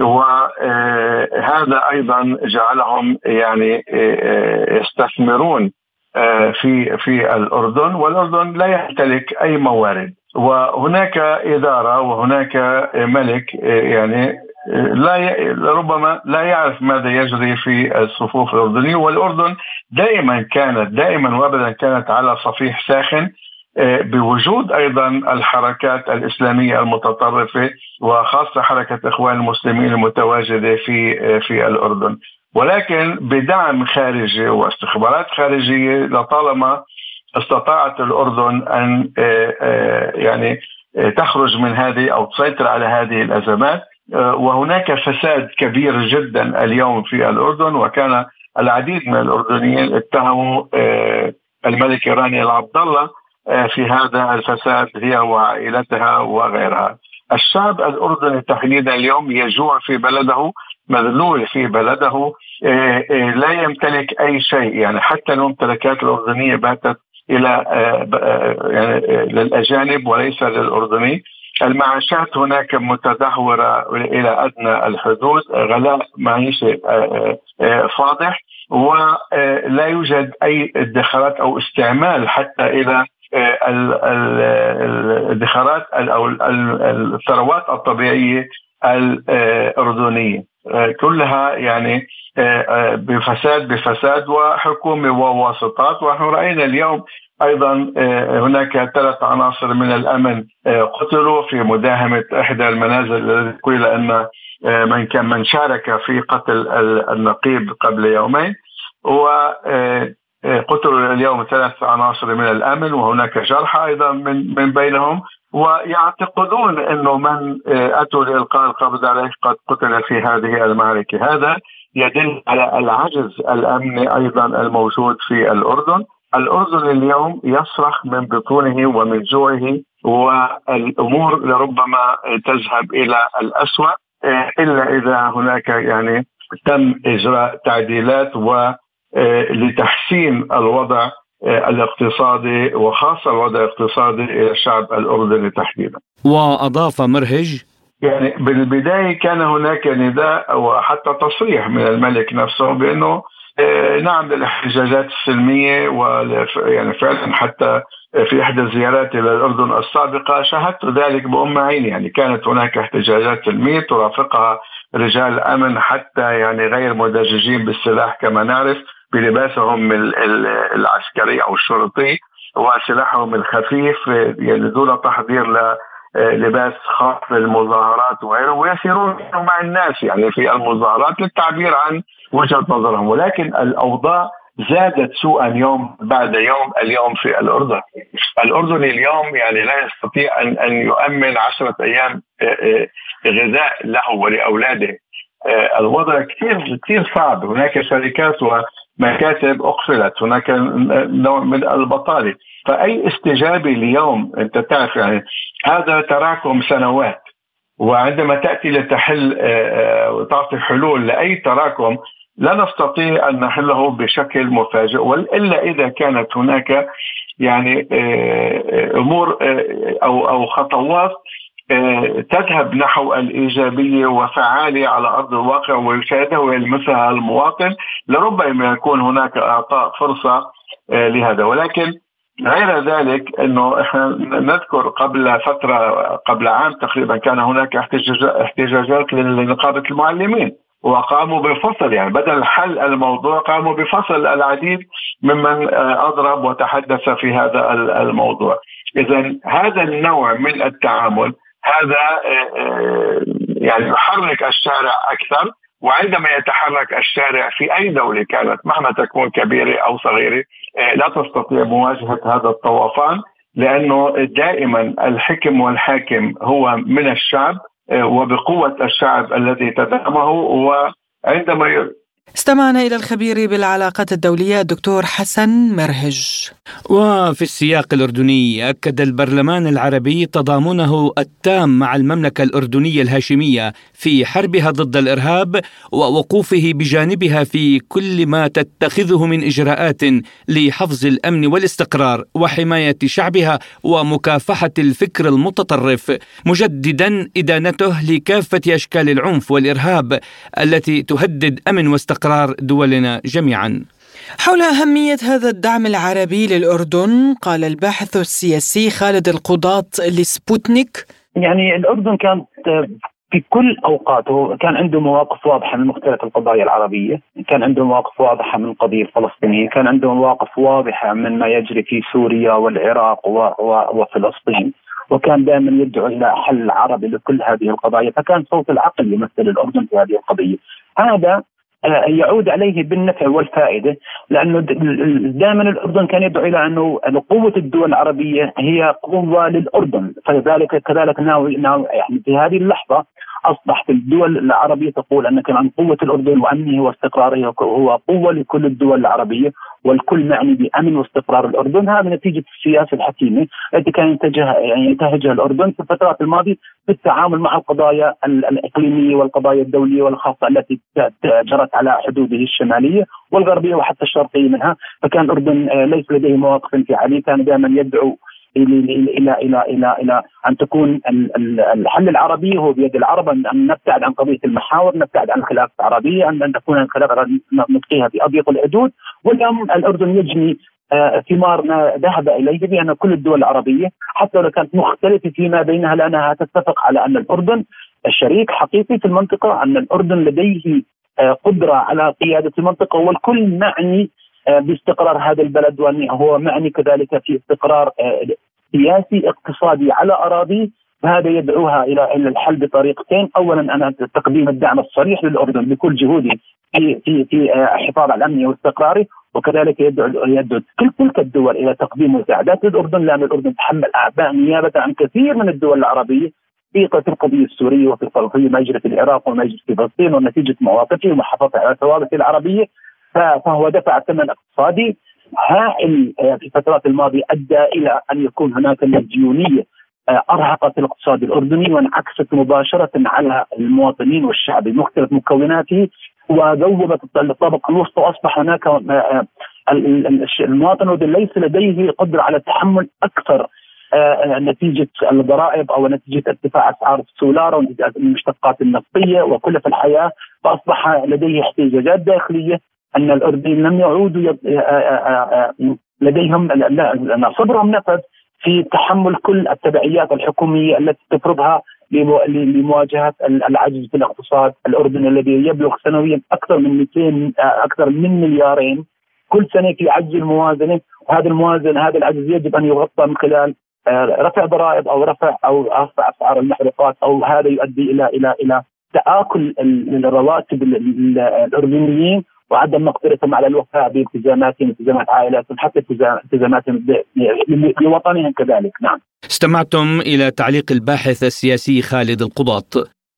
وهذا أيضا جعلهم يعني يستثمرون في الأردن، والأردن لا يمتلك أي موارد، وهناك إدارة وهناك ملك يعني ربما لا يعرف ماذا يجري في الصفوف الأردنية. والأردن دائما وابدا كانت على صفيح ساخن، بوجود أيضا الحركات الإسلامية المتطرفة وخاصة حركة إخوان المسلمين المتواجدة في الأردن، ولكن بدعم خارجي واستخبارات خارجية لطالما استطاعت الأردن أن يعني تخرج من هذه أو تسيطر على هذه الأزمات. وهناك فساد كبير جدا اليوم في الأردن، وكان العديد من الأردنيين اتهموا الملكة رانيا العبد الله في هذا الفساد، هي وعائلتها وغيرها. الشعب الأردني تحديدا اليوم يجوع في بلده، مذلول في بلده، لا يمتلك أي شيء، يعني حتى الممتلكات الأردنية باتت إلى يعني للأجانب وليس للأردني. المعاشات هناك متدهورة إلى أدنى الحدود، غلاء معيشي فاضح، ولا يوجد أي ادخارات أو استعمال حتى إلى الادخارات أو الثروات الطبيعية الأردنية، كلها يعني بفساد وحكومة وواسطات. ونحن رأينا اليوم أيضا هناك 3 عناصر من الأمن قتلوا في مداهمة إحدى المنازل التي قيل أن من شارك في قتل النقيب قبل يومين، وقتلوا اليوم 3 عناصر من الأمن، وهناك جرحى أيضا من بينهم، ويعتقدون أنه من أتوا لإلقاء القبض عليه قد قتل في هذه المعركة. هذا يدل على العجز الأمني أيضا الموجود في الأردن. الأردن اليوم يصرخ من بطونه ومن جوعه، والأمور لربما تذهب إلى الأسوأ إلا إذا هناك يعني تم إجراء تعديلات لتحسين الوضع الاقتصادي، وخاصة الوضع الاقتصادي إلى الشعب الأردني تحديدا. وأضاف مرهج يعني بالبداية كان هناك نداء وحتى تصريح من الملك نفسه بأنه نعم للاحتجاجات السلمية، ويعني فعلا حتى في إحدى الزيارات إلى الأردن السابقة شاهدت ذلك بأم عيني. يعني كانت هناك احتجاجات سلمية ترافقها رجال أمن حتى يعني غير مدججين بالسلاح كما نعرف، بلباسهم العسكري أو الشرطي وسلاحهم الخفيف، يعني دون تحضير لباس خاص للمظاهرات وغيره، ويسيرون مع الناس يعني في المظاهرات للتعبير عن وجهة نظرهم. ولكن الأوضاع زادت سوءا يوم بعد يوم اليوم في الأردن. الأردني اليوم يعني لا يستطيع أن يؤمن 10 أيام غذاء له ولأولاده. الوضع كثير صعب. هناك شركات ومكاتب أقفلت، هناك نوع من البطالة. فأي استجابة اليوم أنت تعرف يعني هذا تراكم سنوات، وعندما تأتي لتحل وتعطي حلول لأي تراكم لا نستطيع أن نحله بشكل مفاجئ، إلا إذا كانت هناك يعني أمور أو خطوات تذهب نحو الإيجابية وفعالية على أرض الواقع ويشاهدها ويلمسها المواطن، لربما يكون هناك إعطاء فرصة لهذا. ولكن غير ذلك أنه إحنا نذكر قبل فترة، قبل عام تقريبا، كان هناك احتجاجات لنقابة المعلمين، وقاموا بفصل يعني بدل حل الموضوع قاموا بفصل العديد ممن أضرب وتحدث في هذا الموضوع. إذن هذا النوع من التعامل هذا يعني يحرك الشارع أكثر، وعندما يتحرك الشارع في أي دولة كانت مهما تكون كبيرة أو صغيرة لا تستطيع مواجهة هذا الطوفان، لأنه دائما الحكم والحاكم هو من الشعب وبقوة الشعب الذي تدعمه. وعندما استمعنا إلى الخبير بالعلاقات الدولية الدكتور حسن مرهج. وفي السياق الأردني أكد البرلمان العربي تضامنه التام مع المملكة الأردنية الهاشمية في حربها ضد الإرهاب ووقوفه بجانبها في كل ما تتخذه من إجراءات لحفظ الأمن والاستقرار وحماية شعبها ومكافحة الفكر المتطرف، مجددا إدانته لكافة أشكال العنف والإرهاب التي تهدد أمن واستقرار دولنا جميعا. حول أهمية هذا الدعم العربي للأردن قال الباحث السياسي خالد القضاة لسبوتنيك: يعني الأردن كانت في كل أوقاته كان عنده مواقف واضحة من مختلف القضايا العربية، كان عنده مواقف واضحة من القضية الفلسطينية، كان عنده مواقف واضحة من ما يجري في سوريا والعراق وفلسطين، وكان دائما يدعو إلى حل عربي لكل هذه القضايا. فكان صوت العقل يمثل الأردن في هذه القضية. هذا يعود عليه بالنفع والفائدة، لأنه دائما الأردن كان يدعو إلى أنه قوة الدول العربية هي قوة للأردن، فلذلك كذلك يعني في هذه اللحظة أصبحت الدول العربية تقول أن كمان قوة الأردن وأمنه واستقراره هو قوة لكل الدول العربية، والكل معني بأمن واستقرار الأردن. هذا نتيجة السياسة الحكيمة التي كان ينتهجها الأردن في الفترات الماضية في التعامل مع القضايا الإقليمية والقضايا الدولية والخاصة التي جرت على حدوده الشمالية والغربية وحتى الشرقية منها. فكان الأردن ليس لديه مواقف انفعالية، كان دائما يدعو إلى أن تكون الحل العربي هو بيد العرب، أن نبتعد عن قضية المحاور، نبتعد عن الخلاف العربية، أن تكون الخلاف نبقيها في أضيق الحدود. واليوم الأردن يجني ثمار ما ذهب إليه بأن كل الدول العربية حتى لو كانت مختلفة فيما بينها لأنها تتفق على أن الأردن شريك حقيقي في المنطقة، أن الأردن لديه قدرة على قيادة المنطقة، والكل معني باستقرار هذا البلد، وأنه هو معني كذلك في استقرار سياسي اقتصادي على أراضي. فهذا يدعوها إلى الحل بطريقتين: أولا أن تقديم الدعم الصريح للأردن بكل جهوده في حفاظ على الأمن واستقراره، وكذلك يدعو تلك الدول إلى تقديم مساعدات للأردن، لأن الأردن تحمل أعباء نيابة عن كثير من الدول العربية في القضية السورية وفي ما يجري في العراق وما يجري في فلسطين، ونتيجة مواقفه ومحافظته على ثوابته العربية فهو دفع ثمن اقتصادي هائل في الفترات الماضية أدى إلى أن يكون هناك مديونية أرهقت الاقتصاد الأردني وانعكست مباشرة على المواطنين والشعب بمختلف مكوناته، وذوبت الطبقة الوسطى، وأصبح هناك المواطن ليس لديه قدرة على التحمل أكثر نتيجة الضرائب أو نتيجة ارتفاع أسعار السولار والمشتقات النفطية وكلف الحياة. فأصبح لديه احتياجات داخلية أن الأردنيين لم يعودوا لديهم صبرهم نفذ في تحمل كل التبعيات الحكومية التي تفرضها لمواجهة العجز في الاقتصاد الأردني الذي يبلغ سنويا أكثر من مليارين كل سنة في عجز الموازنة. هذا العجز يجب أن يغطى من خلال رفع ضرائب أو رفع أسعار المحروقات، أو هذا يؤدي إلى تآكل الرواتب الأردنيين وعدم مقدرتهم على الوفاء بالتزاماتهم، التزامات عائلاتهم، حتى التزاماتهم لوطنهم كذلك. نعم. استمعتم إلى تعليق الباحث السياسي خالد القضاط.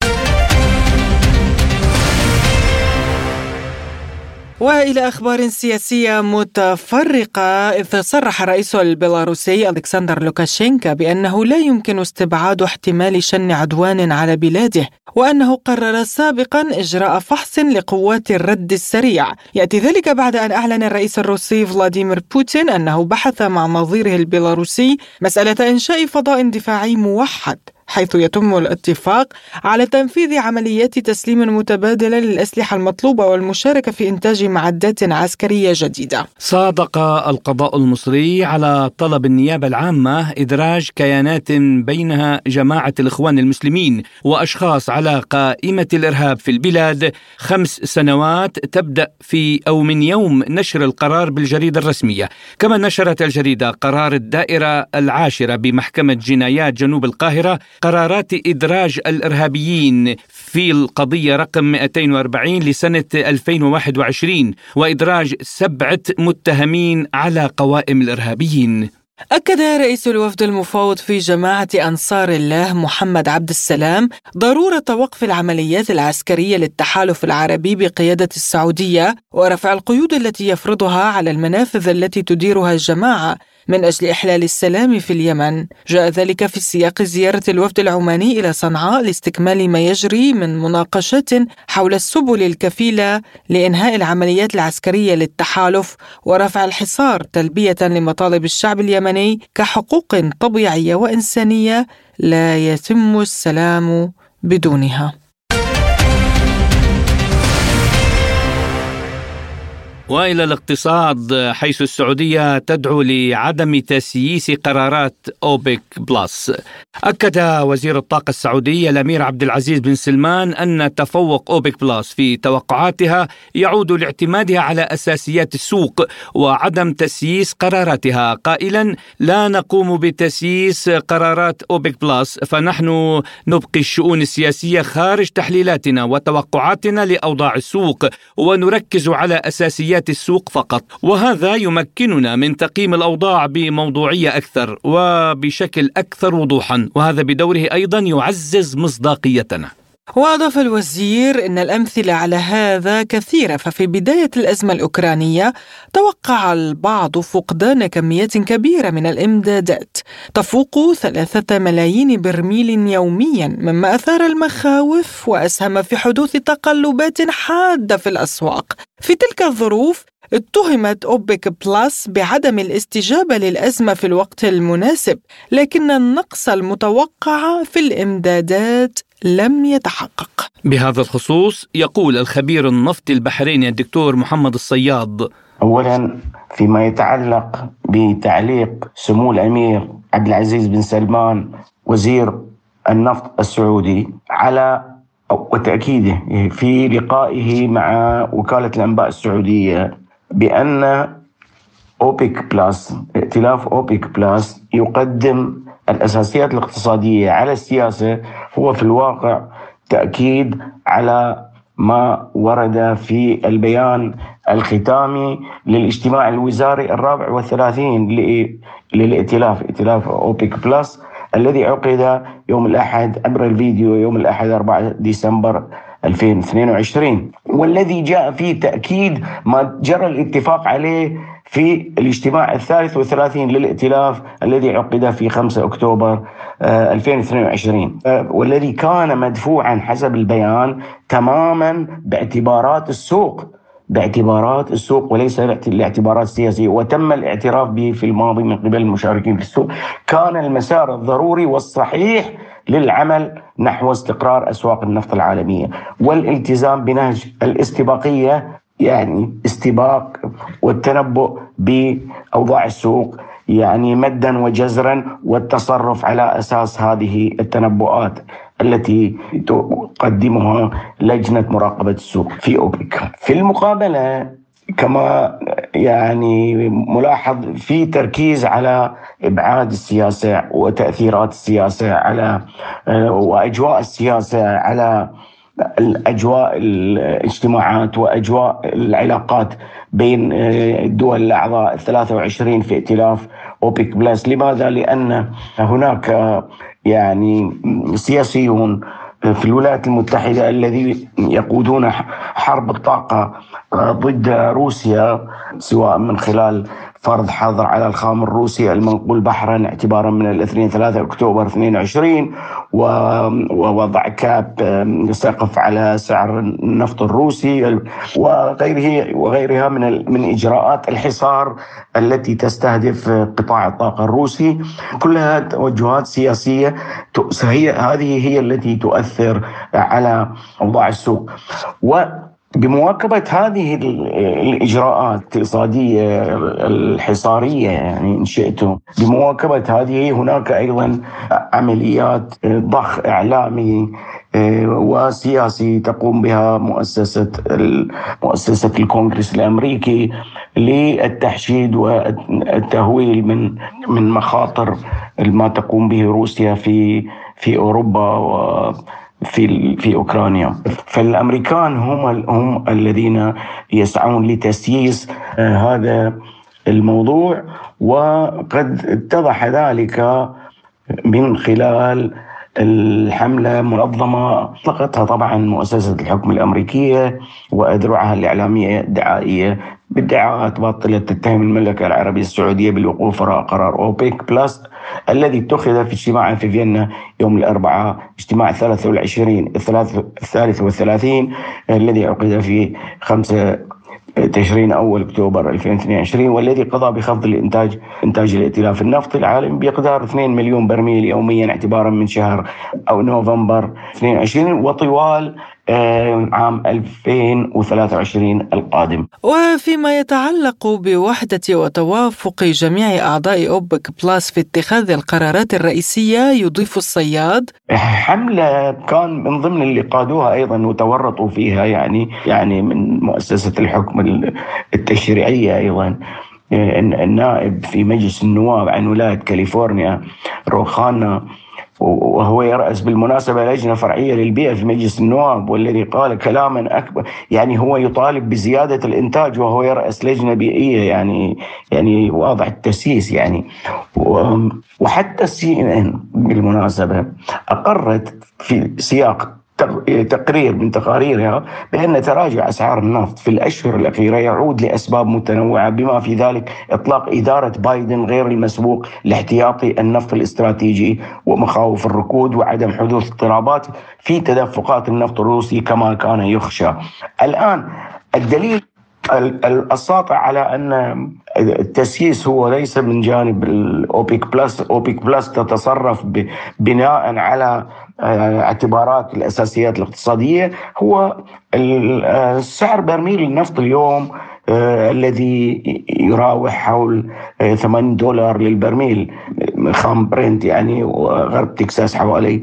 وإلى أخبار سياسية متفرقة، إذ صرح الرئيس البيلاروسي ألكسندر لوكاشينكا بأنه لا يمكن استبعاد احتمال شن عدوان على بلاده، وأنه قرر سابقا إجراء فحص لقوات الرد السريع. يأتي ذلك بعد أن أعلن الرئيس الروسي فلاديمير بوتين أنه بحث مع نظيره البيلاروسي مسألة إنشاء فضاء دفاعي موحد، حيث يتم الاتفاق على تنفيذ عمليات تسليم متبادلة للأسلحة المطلوبة والمشاركة في إنتاج معدات عسكرية جديدة. صادق القضاء المصري على طلب النيابة العامة إدراج كيانات بينها جماعة الإخوان المسلمين وأشخاص على قائمة الإرهاب في البلاد 5 سنوات تبدأ من يوم نشر القرار بالجريدة الرسمية. كما نشرت الجريدة قرار الدائرة 10 بمحكمة جنايات جنوب القاهرة قرارات إدراج الإرهابيين في القضية رقم 240 لسنة 2021 وإدراج 7 متهمين على قوائم الإرهابيين. أكد رئيس الوفد المفاوض في جماعة أنصار الله محمد عبد السلام ضرورة وقف العمليات العسكرية للتحالف العربي بقيادة السعودية ورفع القيود التي يفرضها على المنافذ التي تديرها الجماعة من أجل إحلال السلام في اليمن. جاء ذلك في سياق زيارة الوفد العماني إلى صنعاء لاستكمال ما يجري من مناقشات حول السبل الكفيلة لإنهاء العمليات العسكرية للتحالف ورفع الحصار، تلبية لمطالب الشعب اليمني كحقوق طبيعية وإنسانية لا يتم السلام بدونها. وإلى الاقتصاد، حيث السعودية تدعو لعدم تسييس قرارات أوبك بلس. أكد وزير الطاقة السعودي الأمير عبد العزيز بن سلمان أن تفوق أوبك بلس في توقعاتها يعود لاعتمادها على أساسيات السوق وعدم تسييس قراراتها، قائلا: لا نقوم بتسييس قرارات أوبك بلس، فنحن نبقي الشؤون السياسية خارج تحليلاتنا وتوقعاتنا لأوضاع السوق، ونركز على أساسيات السوق فقط، وهذا يمكننا من تقييم الأوضاع بموضوعية أكثر وبشكل أكثر وضوحا، وهذا بدوره أيضا يعزز مصداقيتنا. وأضاف الوزير أن الأمثلة على هذا كثيرة، ففي بداية الأزمة الأوكرانية توقع البعض فقدان كميات كبيرة من الإمدادات تفوق 3 ملايين برميل يوميا، مما أثار المخاوف وأسهم في حدوث تقلبات حادة في الأسواق. في تلك الظروف اتهمت أوبك بلس بعدم الاستجابة للأزمة في الوقت المناسب، لكن النقص المتوقع في الإمدادات لم يتحقق. بهذا الخصوص يقول الخبير النفطي البحريني الدكتور محمد الصياد: أولا، فيما يتعلق بتعليق سمو الأمير عبد العزيز بن سلمان وزير النفط السعودي على وتأكيده في لقائه مع وكالة الأنباء السعودية بأن أوبك بلس، ائتلاف أوبك بلس، يقدم الأساسيات الاقتصادية على السياسة، هو في الواقع تأكيد على ما ورد في البيان الختامي للاجتماع الوزاري 34 للائتلاف، ائتلاف أوبك بلس، الذي عقد يوم الأحد عبر الفيديو يوم الأحد 4 ديسمبر 2022، والذي جاء فيه تأكيد ما جرى الاتفاق عليه في الاجتماع 33 للائتلاف الذي عقد في 5 أكتوبر 2022، والذي كان مدفوعا حسب البيان تماما باعتبارات السوق وليس الاعتبارات السياسية، وتم الاعتراف به في الماضي من قبل المشاركين في السوق. كان المسار الضروري والصحيح للعمل نحو استقرار أسواق النفط العالمية والالتزام بنهج الاستباقية، يعني استباق والتنبؤ بأوضاع السوق، يعني مدا وجزرا، والتصرف على أساس هذه التنبؤات التي تقدمها لجنة مراقبة السوق في أوبك. في المقابلة كما يعني ملاحظ في تركيز على إبعاد السياسة وتأثيرات السياسة على وأجواء السياسة على الأجواء الاجتماعات وأجواء العلاقات بين الدول الأعضاء 23 في ائتلاف أوبك بلس. لماذا؟ لأن هناك يعني سياسيون في الولايات المتحدة الذي يقودون حرب الطاقة ضد روسيا، سواء من خلال فرض حظر على الخام الروسي المنقول بحرا اعتبارا من 3 أكتوبر 22، ووضع كاب سقف على سعر النفط الروسي وغيرها من إجراءات الحصار التي تستهدف قطاع الطاقة الروسي. كلها توجهات سياسية، هذه هي التي تؤثر على أوضاع السوق. بمواكبة هذه الإجراءات الاقتصادية الحصارية، يعني إن شئتم، بمواكبة هذه هناك أيضا عمليات ضخ إعلامي وسياسي تقوم بها مؤسسة الكونغرس الأمريكي للتحشيد والتهويل من مخاطر ما تقوم به روسيا في أوروبا في أوكرانيا. فالأمريكان هم الذين يسعون لتسييس هذا الموضوع، وقد اتضح ذلك من خلال الحملة منظمة أطلقتها طبعا مؤسسة الحكم الأمريكية وأذرعها الإعلامية الدعائية بادعاءات باطلة تتهم المملكة العربية السعودية بالوقوف وراء قرار أوبك بلس الذي اتخذ في اجتماع في فيينا يوم الأربعاء، اجتماع 33 الذي عقد في 5 تشرين أول أكتوبر 2022، والذي قضى بخفض إنتاج الائتلاف النفطي العالمي بمقدار 2 مليون برميل يوميا اعتبارا من شهر أو نوفمبر 22 وطوال عام 2023 القادم. وفيما يتعلق بوحدة وتوافق جميع أعضاء أوبك بلس في اتخاذ القرارات الرئيسية، يضيف الصياد: حملة كان من ضمن اللي قادوها أيضا وتورطوا فيها يعني من مؤسسة الحكم التشريعية أيضا النائب في مجلس النواب عن ولاية كاليفورنيا روخانا، وهو يرأس بالمناسبة لجنة فرعية للبيئة في مجلس النواب، والذي قال كلاما أكبر، يعني هو يطالب بزيادة الإنتاج وهو يرأس لجنة بيئية، يعني واضح التسييس يعني. وحتى CNN بالمناسبة أقرت في سياق تقرير من تقاريرها بأن تراجع أسعار النفط في الأشهر الأخيرة يعود لأسباب متنوعة، بما في ذلك إطلاق إدارة بايدن غير المسبوق لاحتياطي النفط الاستراتيجي ومخاوف الركود وعدم حدوث اضطرابات في تدفقات النفط الروسي كما كان يخشى. الآن الدليل الساطع على أن التسييس هو ليس من جانب الأوبك بلس. أوبك بلس تتصرف بناء على اعتبارات الأساسيات الاقتصادية، هو سعر برميل النفط اليوم الذي يراوح حول $8 للبرميل خام برنت، يعني وغرب تكساس حوالي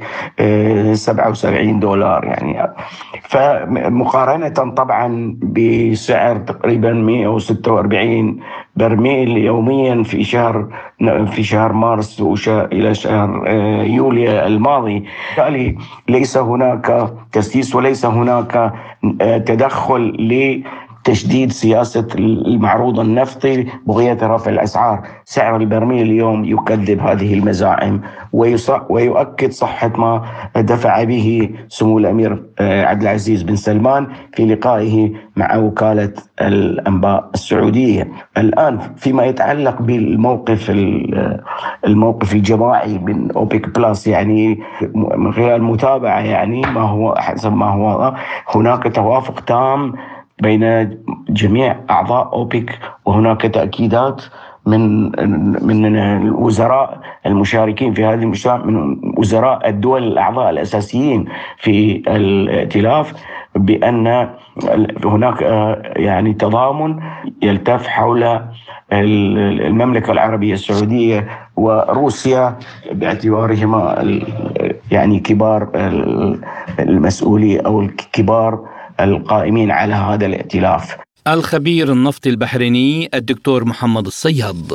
$77 يعني. فمقارنة طبعا بسعر تقريبا 146 برميل يوميا في شهر مارس إلى شهر يوليو الماضي، بالتالي ليس هناك تسييس وليس هناك تدخل لتشديد سياسة المعروض النفطي بغية رفع الأسعار. سعر البرميل اليوم يكذب هذه المزاعم ويؤكد صحة ما دفع به سمو الأمير عبد العزيز بن سلمان في لقائه مع وكالة الأنباء السعودية. الآن فيما يتعلق بالموقف الجماعي من أوبك بلس، يعني من خلال متابعة يعني ما هو حسب ما هو هناك توافق تام بين جميع أعضاء أوبك، وهناك تأكيدات من الوزراء المشاركين في هذه المشاركة، من وزراء الدول الأعضاء الأساسيين في الائتلاف، بأن هناك يعني تضامن يلتف حول المملكة العربية السعودية وروسيا باعتبارهما يعني كبار المسؤولين أو الكبار القائمين على هذا الائتلاف. الخبير النفطي البحريني الدكتور محمد الصياد.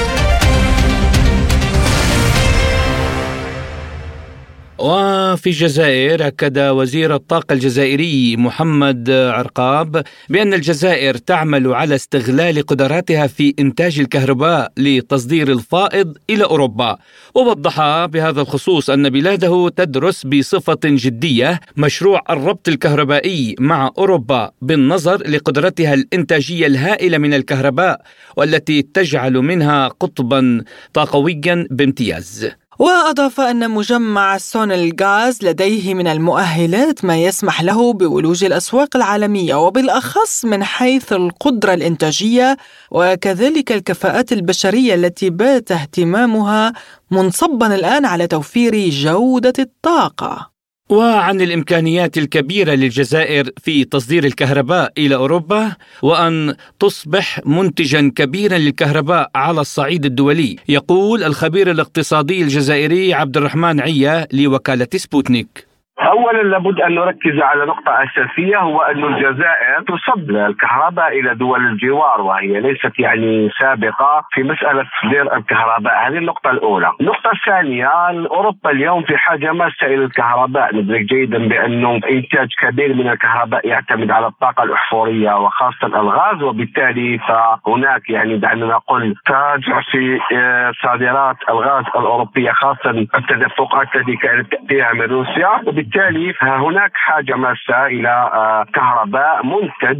وفي الجزائر أكد وزير الطاقة الجزائري محمد عرقاب بأن الجزائر تعمل على استغلال قدراتها في إنتاج الكهرباء لتصدير الفائض إلى أوروبا، ووضح بهذا الخصوص أن بلاده تدرس بصفة جدية مشروع الربط الكهربائي مع أوروبا بالنظر لقدرتها الإنتاجية الهائلة من الكهرباء، والتي تجعل منها قطبا طاقويا بامتياز. وأضاف أن مجمع سونالغاز لديه من المؤهلات ما يسمح له بولوج الأسواق العالمية، وبالأخص من حيث القدرة الإنتاجية وكذلك الكفاءات البشرية التي بات اهتمامها منصبا الآن على توفير جودة الطاقة. وعن الإمكانيات الكبيرة للجزائر في تصدير الكهرباء إلى أوروبا، وأن تصبح منتجا كبيرا للكهرباء على الصعيد الدولي، يقول الخبير الاقتصادي الجزائري عبد الرحمن عية لوكالة سبوتنيك. أولا لابد أن نركز على نقطة أساسية، هو أن الجزائر تصدر الكهرباء إلى دول الجوار، وهي ليست يعني سابقة في مسألة تصدير الكهرباء. هذه النقطة الأولى. النقطة الثانية، أوروبا اليوم في حاجة ماسة إلى الكهرباء. ندرك جيدا بأنه إنتاج كبير من الكهرباء يعتمد على الطاقة الأحفورية وخاصة الغاز، وبالتالي فهناك يعني دعنا نقول تراجع في صادرات الغاز الأوروبية، خاصة التدفقات التي كانت تأتيها من روسيا، وبالتالي فهناك حاجة ماسة إلى كهرباء منتج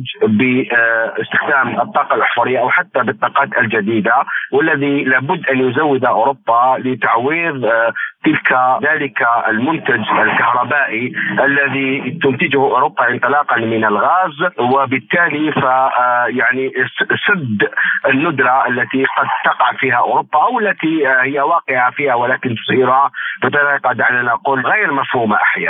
باستخدام الطاقة الأحفورية أو حتى بالطاقات الجديدة، والذي لابد أن يزود أوروبا لتعويض ذلك المنتج الكهربائي الذي تنتجه أوروبا انطلاقا من الغاز، وبالتالي يعني سد الندرة التي قد تقع فيها أوروبا أو التي هي واقعة فيها ولكن تصيرها بطريقة دعنا نقول غير مفهومة أحيانا.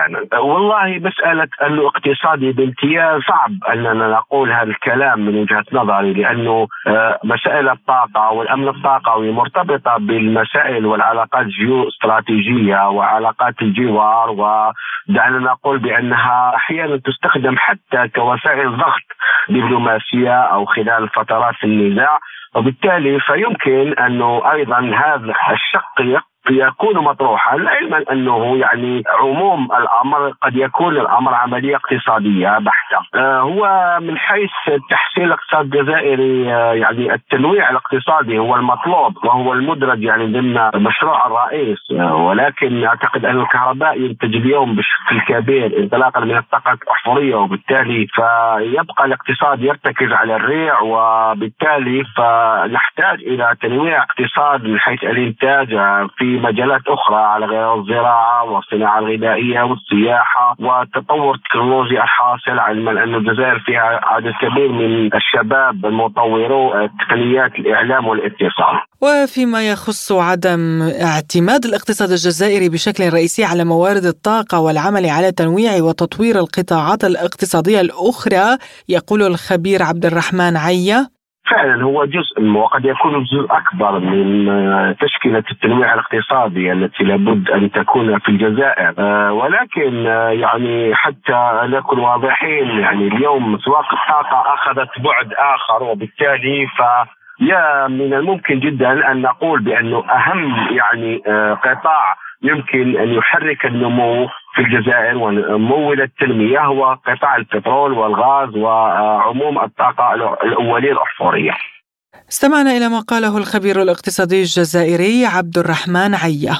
أحيانا. والله مسألة أنه اقتصادي بامتياز صعب أننا نقول هذا الكلام من وجهة نظري، لأنه مسائل الطاقة والأمن الطاقوي مرتبطة بالمسائل والعلاقات الجيوستراتيجية وعلاقات الجوار، ودعنا نقول بأنها أحيانا تستخدم حتى كوسائل ضغط دبلوماسية أو خلال فترات النزاع، وبالتالي فيمكن أنه أيضا هذا الشق يكون مطروحا، علما أنه يعني عموم الأمر قد يكون الأمر عملية اقتصادية بحتة. هو من حيث تحسين الاقتصاد الجزائري يعني التنويع الاقتصادي هو المطلوب وهو المدرج يعني ضمن مشروع الرئيس، ولكن أعتقد أن الكهرباء ينتج اليوم بشكل كبير انطلاقا من الطاقة الأحفورية، وبالتالي فيبقى الاقتصاد يرتكز على الريع، وبالتالي فنحتاج إلى تنويع اقتصاد من حيث الإنتاج في مجالات أخرى على غير الزراعة والصناعة الغذائية والسياحة والتطور التكنولوجي الحاصل، علما أن الجزائر فيها عدد كبير من الشباب المطورو تقنيات الإعلام والاتصال. وفيما يخص عدم اعتماد الاقتصاد الجزائري بشكل رئيسي على موارد الطاقة والعمل على تنويع وتطوير القطاعات الاقتصادية الأخرى، يقول الخبير عبد الرحمن عية: فعلا هو جزء وقد يكون جزء أكبر من تشكيلة التنويع الاقتصادي التي لابد أن تكون في الجزائر، ولكن يعني حتى نكون واضحين، يعني اليوم أسواق الطاقة أخذت بعد آخر، وبالتالي يا من الممكن جدا أن نقول بأنه أهم يعني قطاع يمكن أن يحرك النمو في الجزائر ومول التنمية هو قطاع البترول والغاز وعموم الطاقة الأولية الأحفورية. استمعنا إلى ما قاله الخبير الاقتصادي الجزائري عبد الرحمن عية.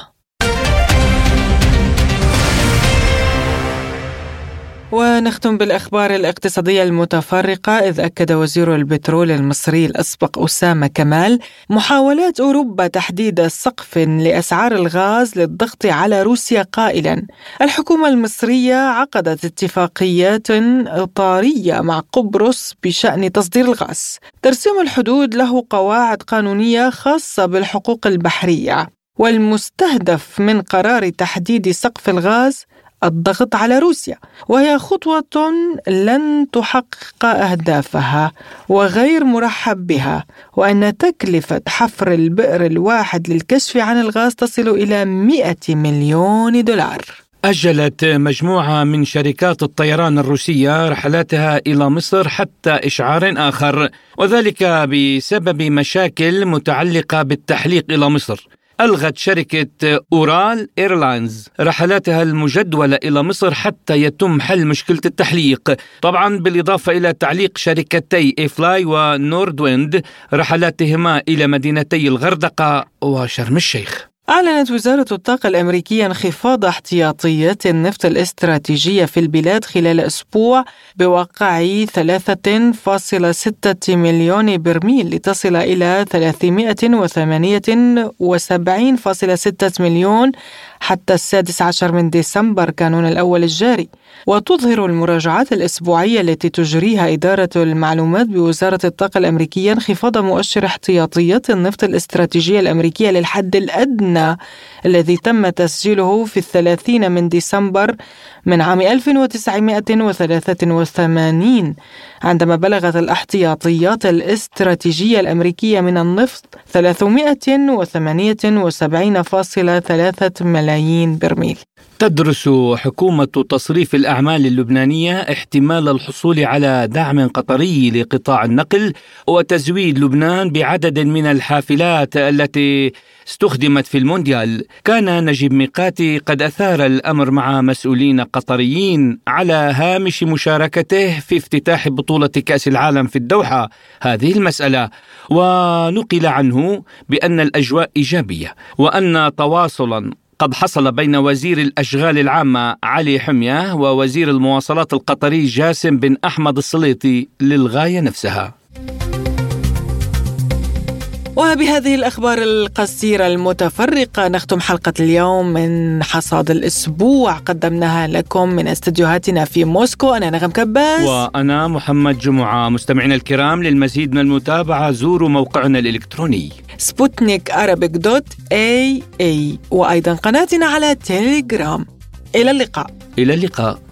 ونختم بالأخبار الاقتصادية المتفرقة، إذ أكد وزير البترول المصري الأسبق أسامة كمال محاولات أوروبا تحديد سقف لأسعار الغاز للضغط على روسيا، قائلا: الحكومة المصرية عقدت اتفاقيات إطارية مع قبرص بشأن تصدير الغاز. ترسيم الحدود له قواعد قانونية خاصة بالحقوق البحرية، والمستهدف من قرار تحديد سقف الغاز الضغط على روسيا، وهي خطوة لن تحقق أهدافها وغير مرحب بها، وأن تكلفة حفر البئر الواحد للكشف عن الغاز تصل إلى 100 مليون دولار. أجلت مجموعة من شركات الطيران الروسية رحلاتها إلى مصر حتى إشعار آخر، وذلك بسبب مشاكل متعلقة بالتحليق إلى مصر. ألغت شركة أورال إيرلاينز رحلاتها المجدولة إلى مصر حتى يتم حل مشكلة التحليق، طبعا بالإضافة إلى تعليق شركتي إيفلاي ونوردويند رحلاتهما إلى مدينتي الغردقة وشرم الشيخ. أعلنت وزارة الطاقة الأمريكية انخفاض احتياطيات النفط الاستراتيجية في البلاد خلال أسبوع بواقع 3.6 مليون برميل لتصل إلى 378.6 مليون حتى 16 من ديسمبر كانون الأول الجاري. وتظهر المراجعات الأسبوعية التي تجريها إدارة المعلومات بوزارة الطاقة الأمريكية انخفاض مؤشر احتياطيات النفط الاستراتيجية الأمريكية للحد الأدنى الذي تم تسجيله في 30 من ديسمبر من عام 1983، عندما بلغت الاحتياطيات الاستراتيجية الأمريكية من النفط 378.3 ملايين برميل. تدرس حكومة تصريف الأعمال اللبنانية احتمال الحصول على دعم قطري لقطاع النقل وتزويد لبنان بعدد من الحافلات التي استخدمت في المونديال. كان نجيب ميقاتي قد أثار الأمر مع مسؤولين قطريين على هامش مشاركته في افتتاح بطولة كأس العالم في الدوحة هذه المسألة، ونقل عنه بأن الأجواء إيجابية وأن تواصلا قد حصل بين وزير الأشغال العامة علي حمية ووزير المواصلات القطري جاسم بن أحمد السليطي للغاية نفسها. وبهذه الأخبار القصيرة المتفرقة نختم حلقة اليوم من حصاد الأسبوع، قدمناها لكم من استديوهاتنا في موسكو. أنا نغم كباس وأنا محمد جمعة. مستمعينا الكرام، للمزيد من المتابعة زوروا موقعنا الإلكتروني sputnikarabic.ae وأيضا قناتنا على تيليجرام. إلى اللقاء. إلى اللقاء.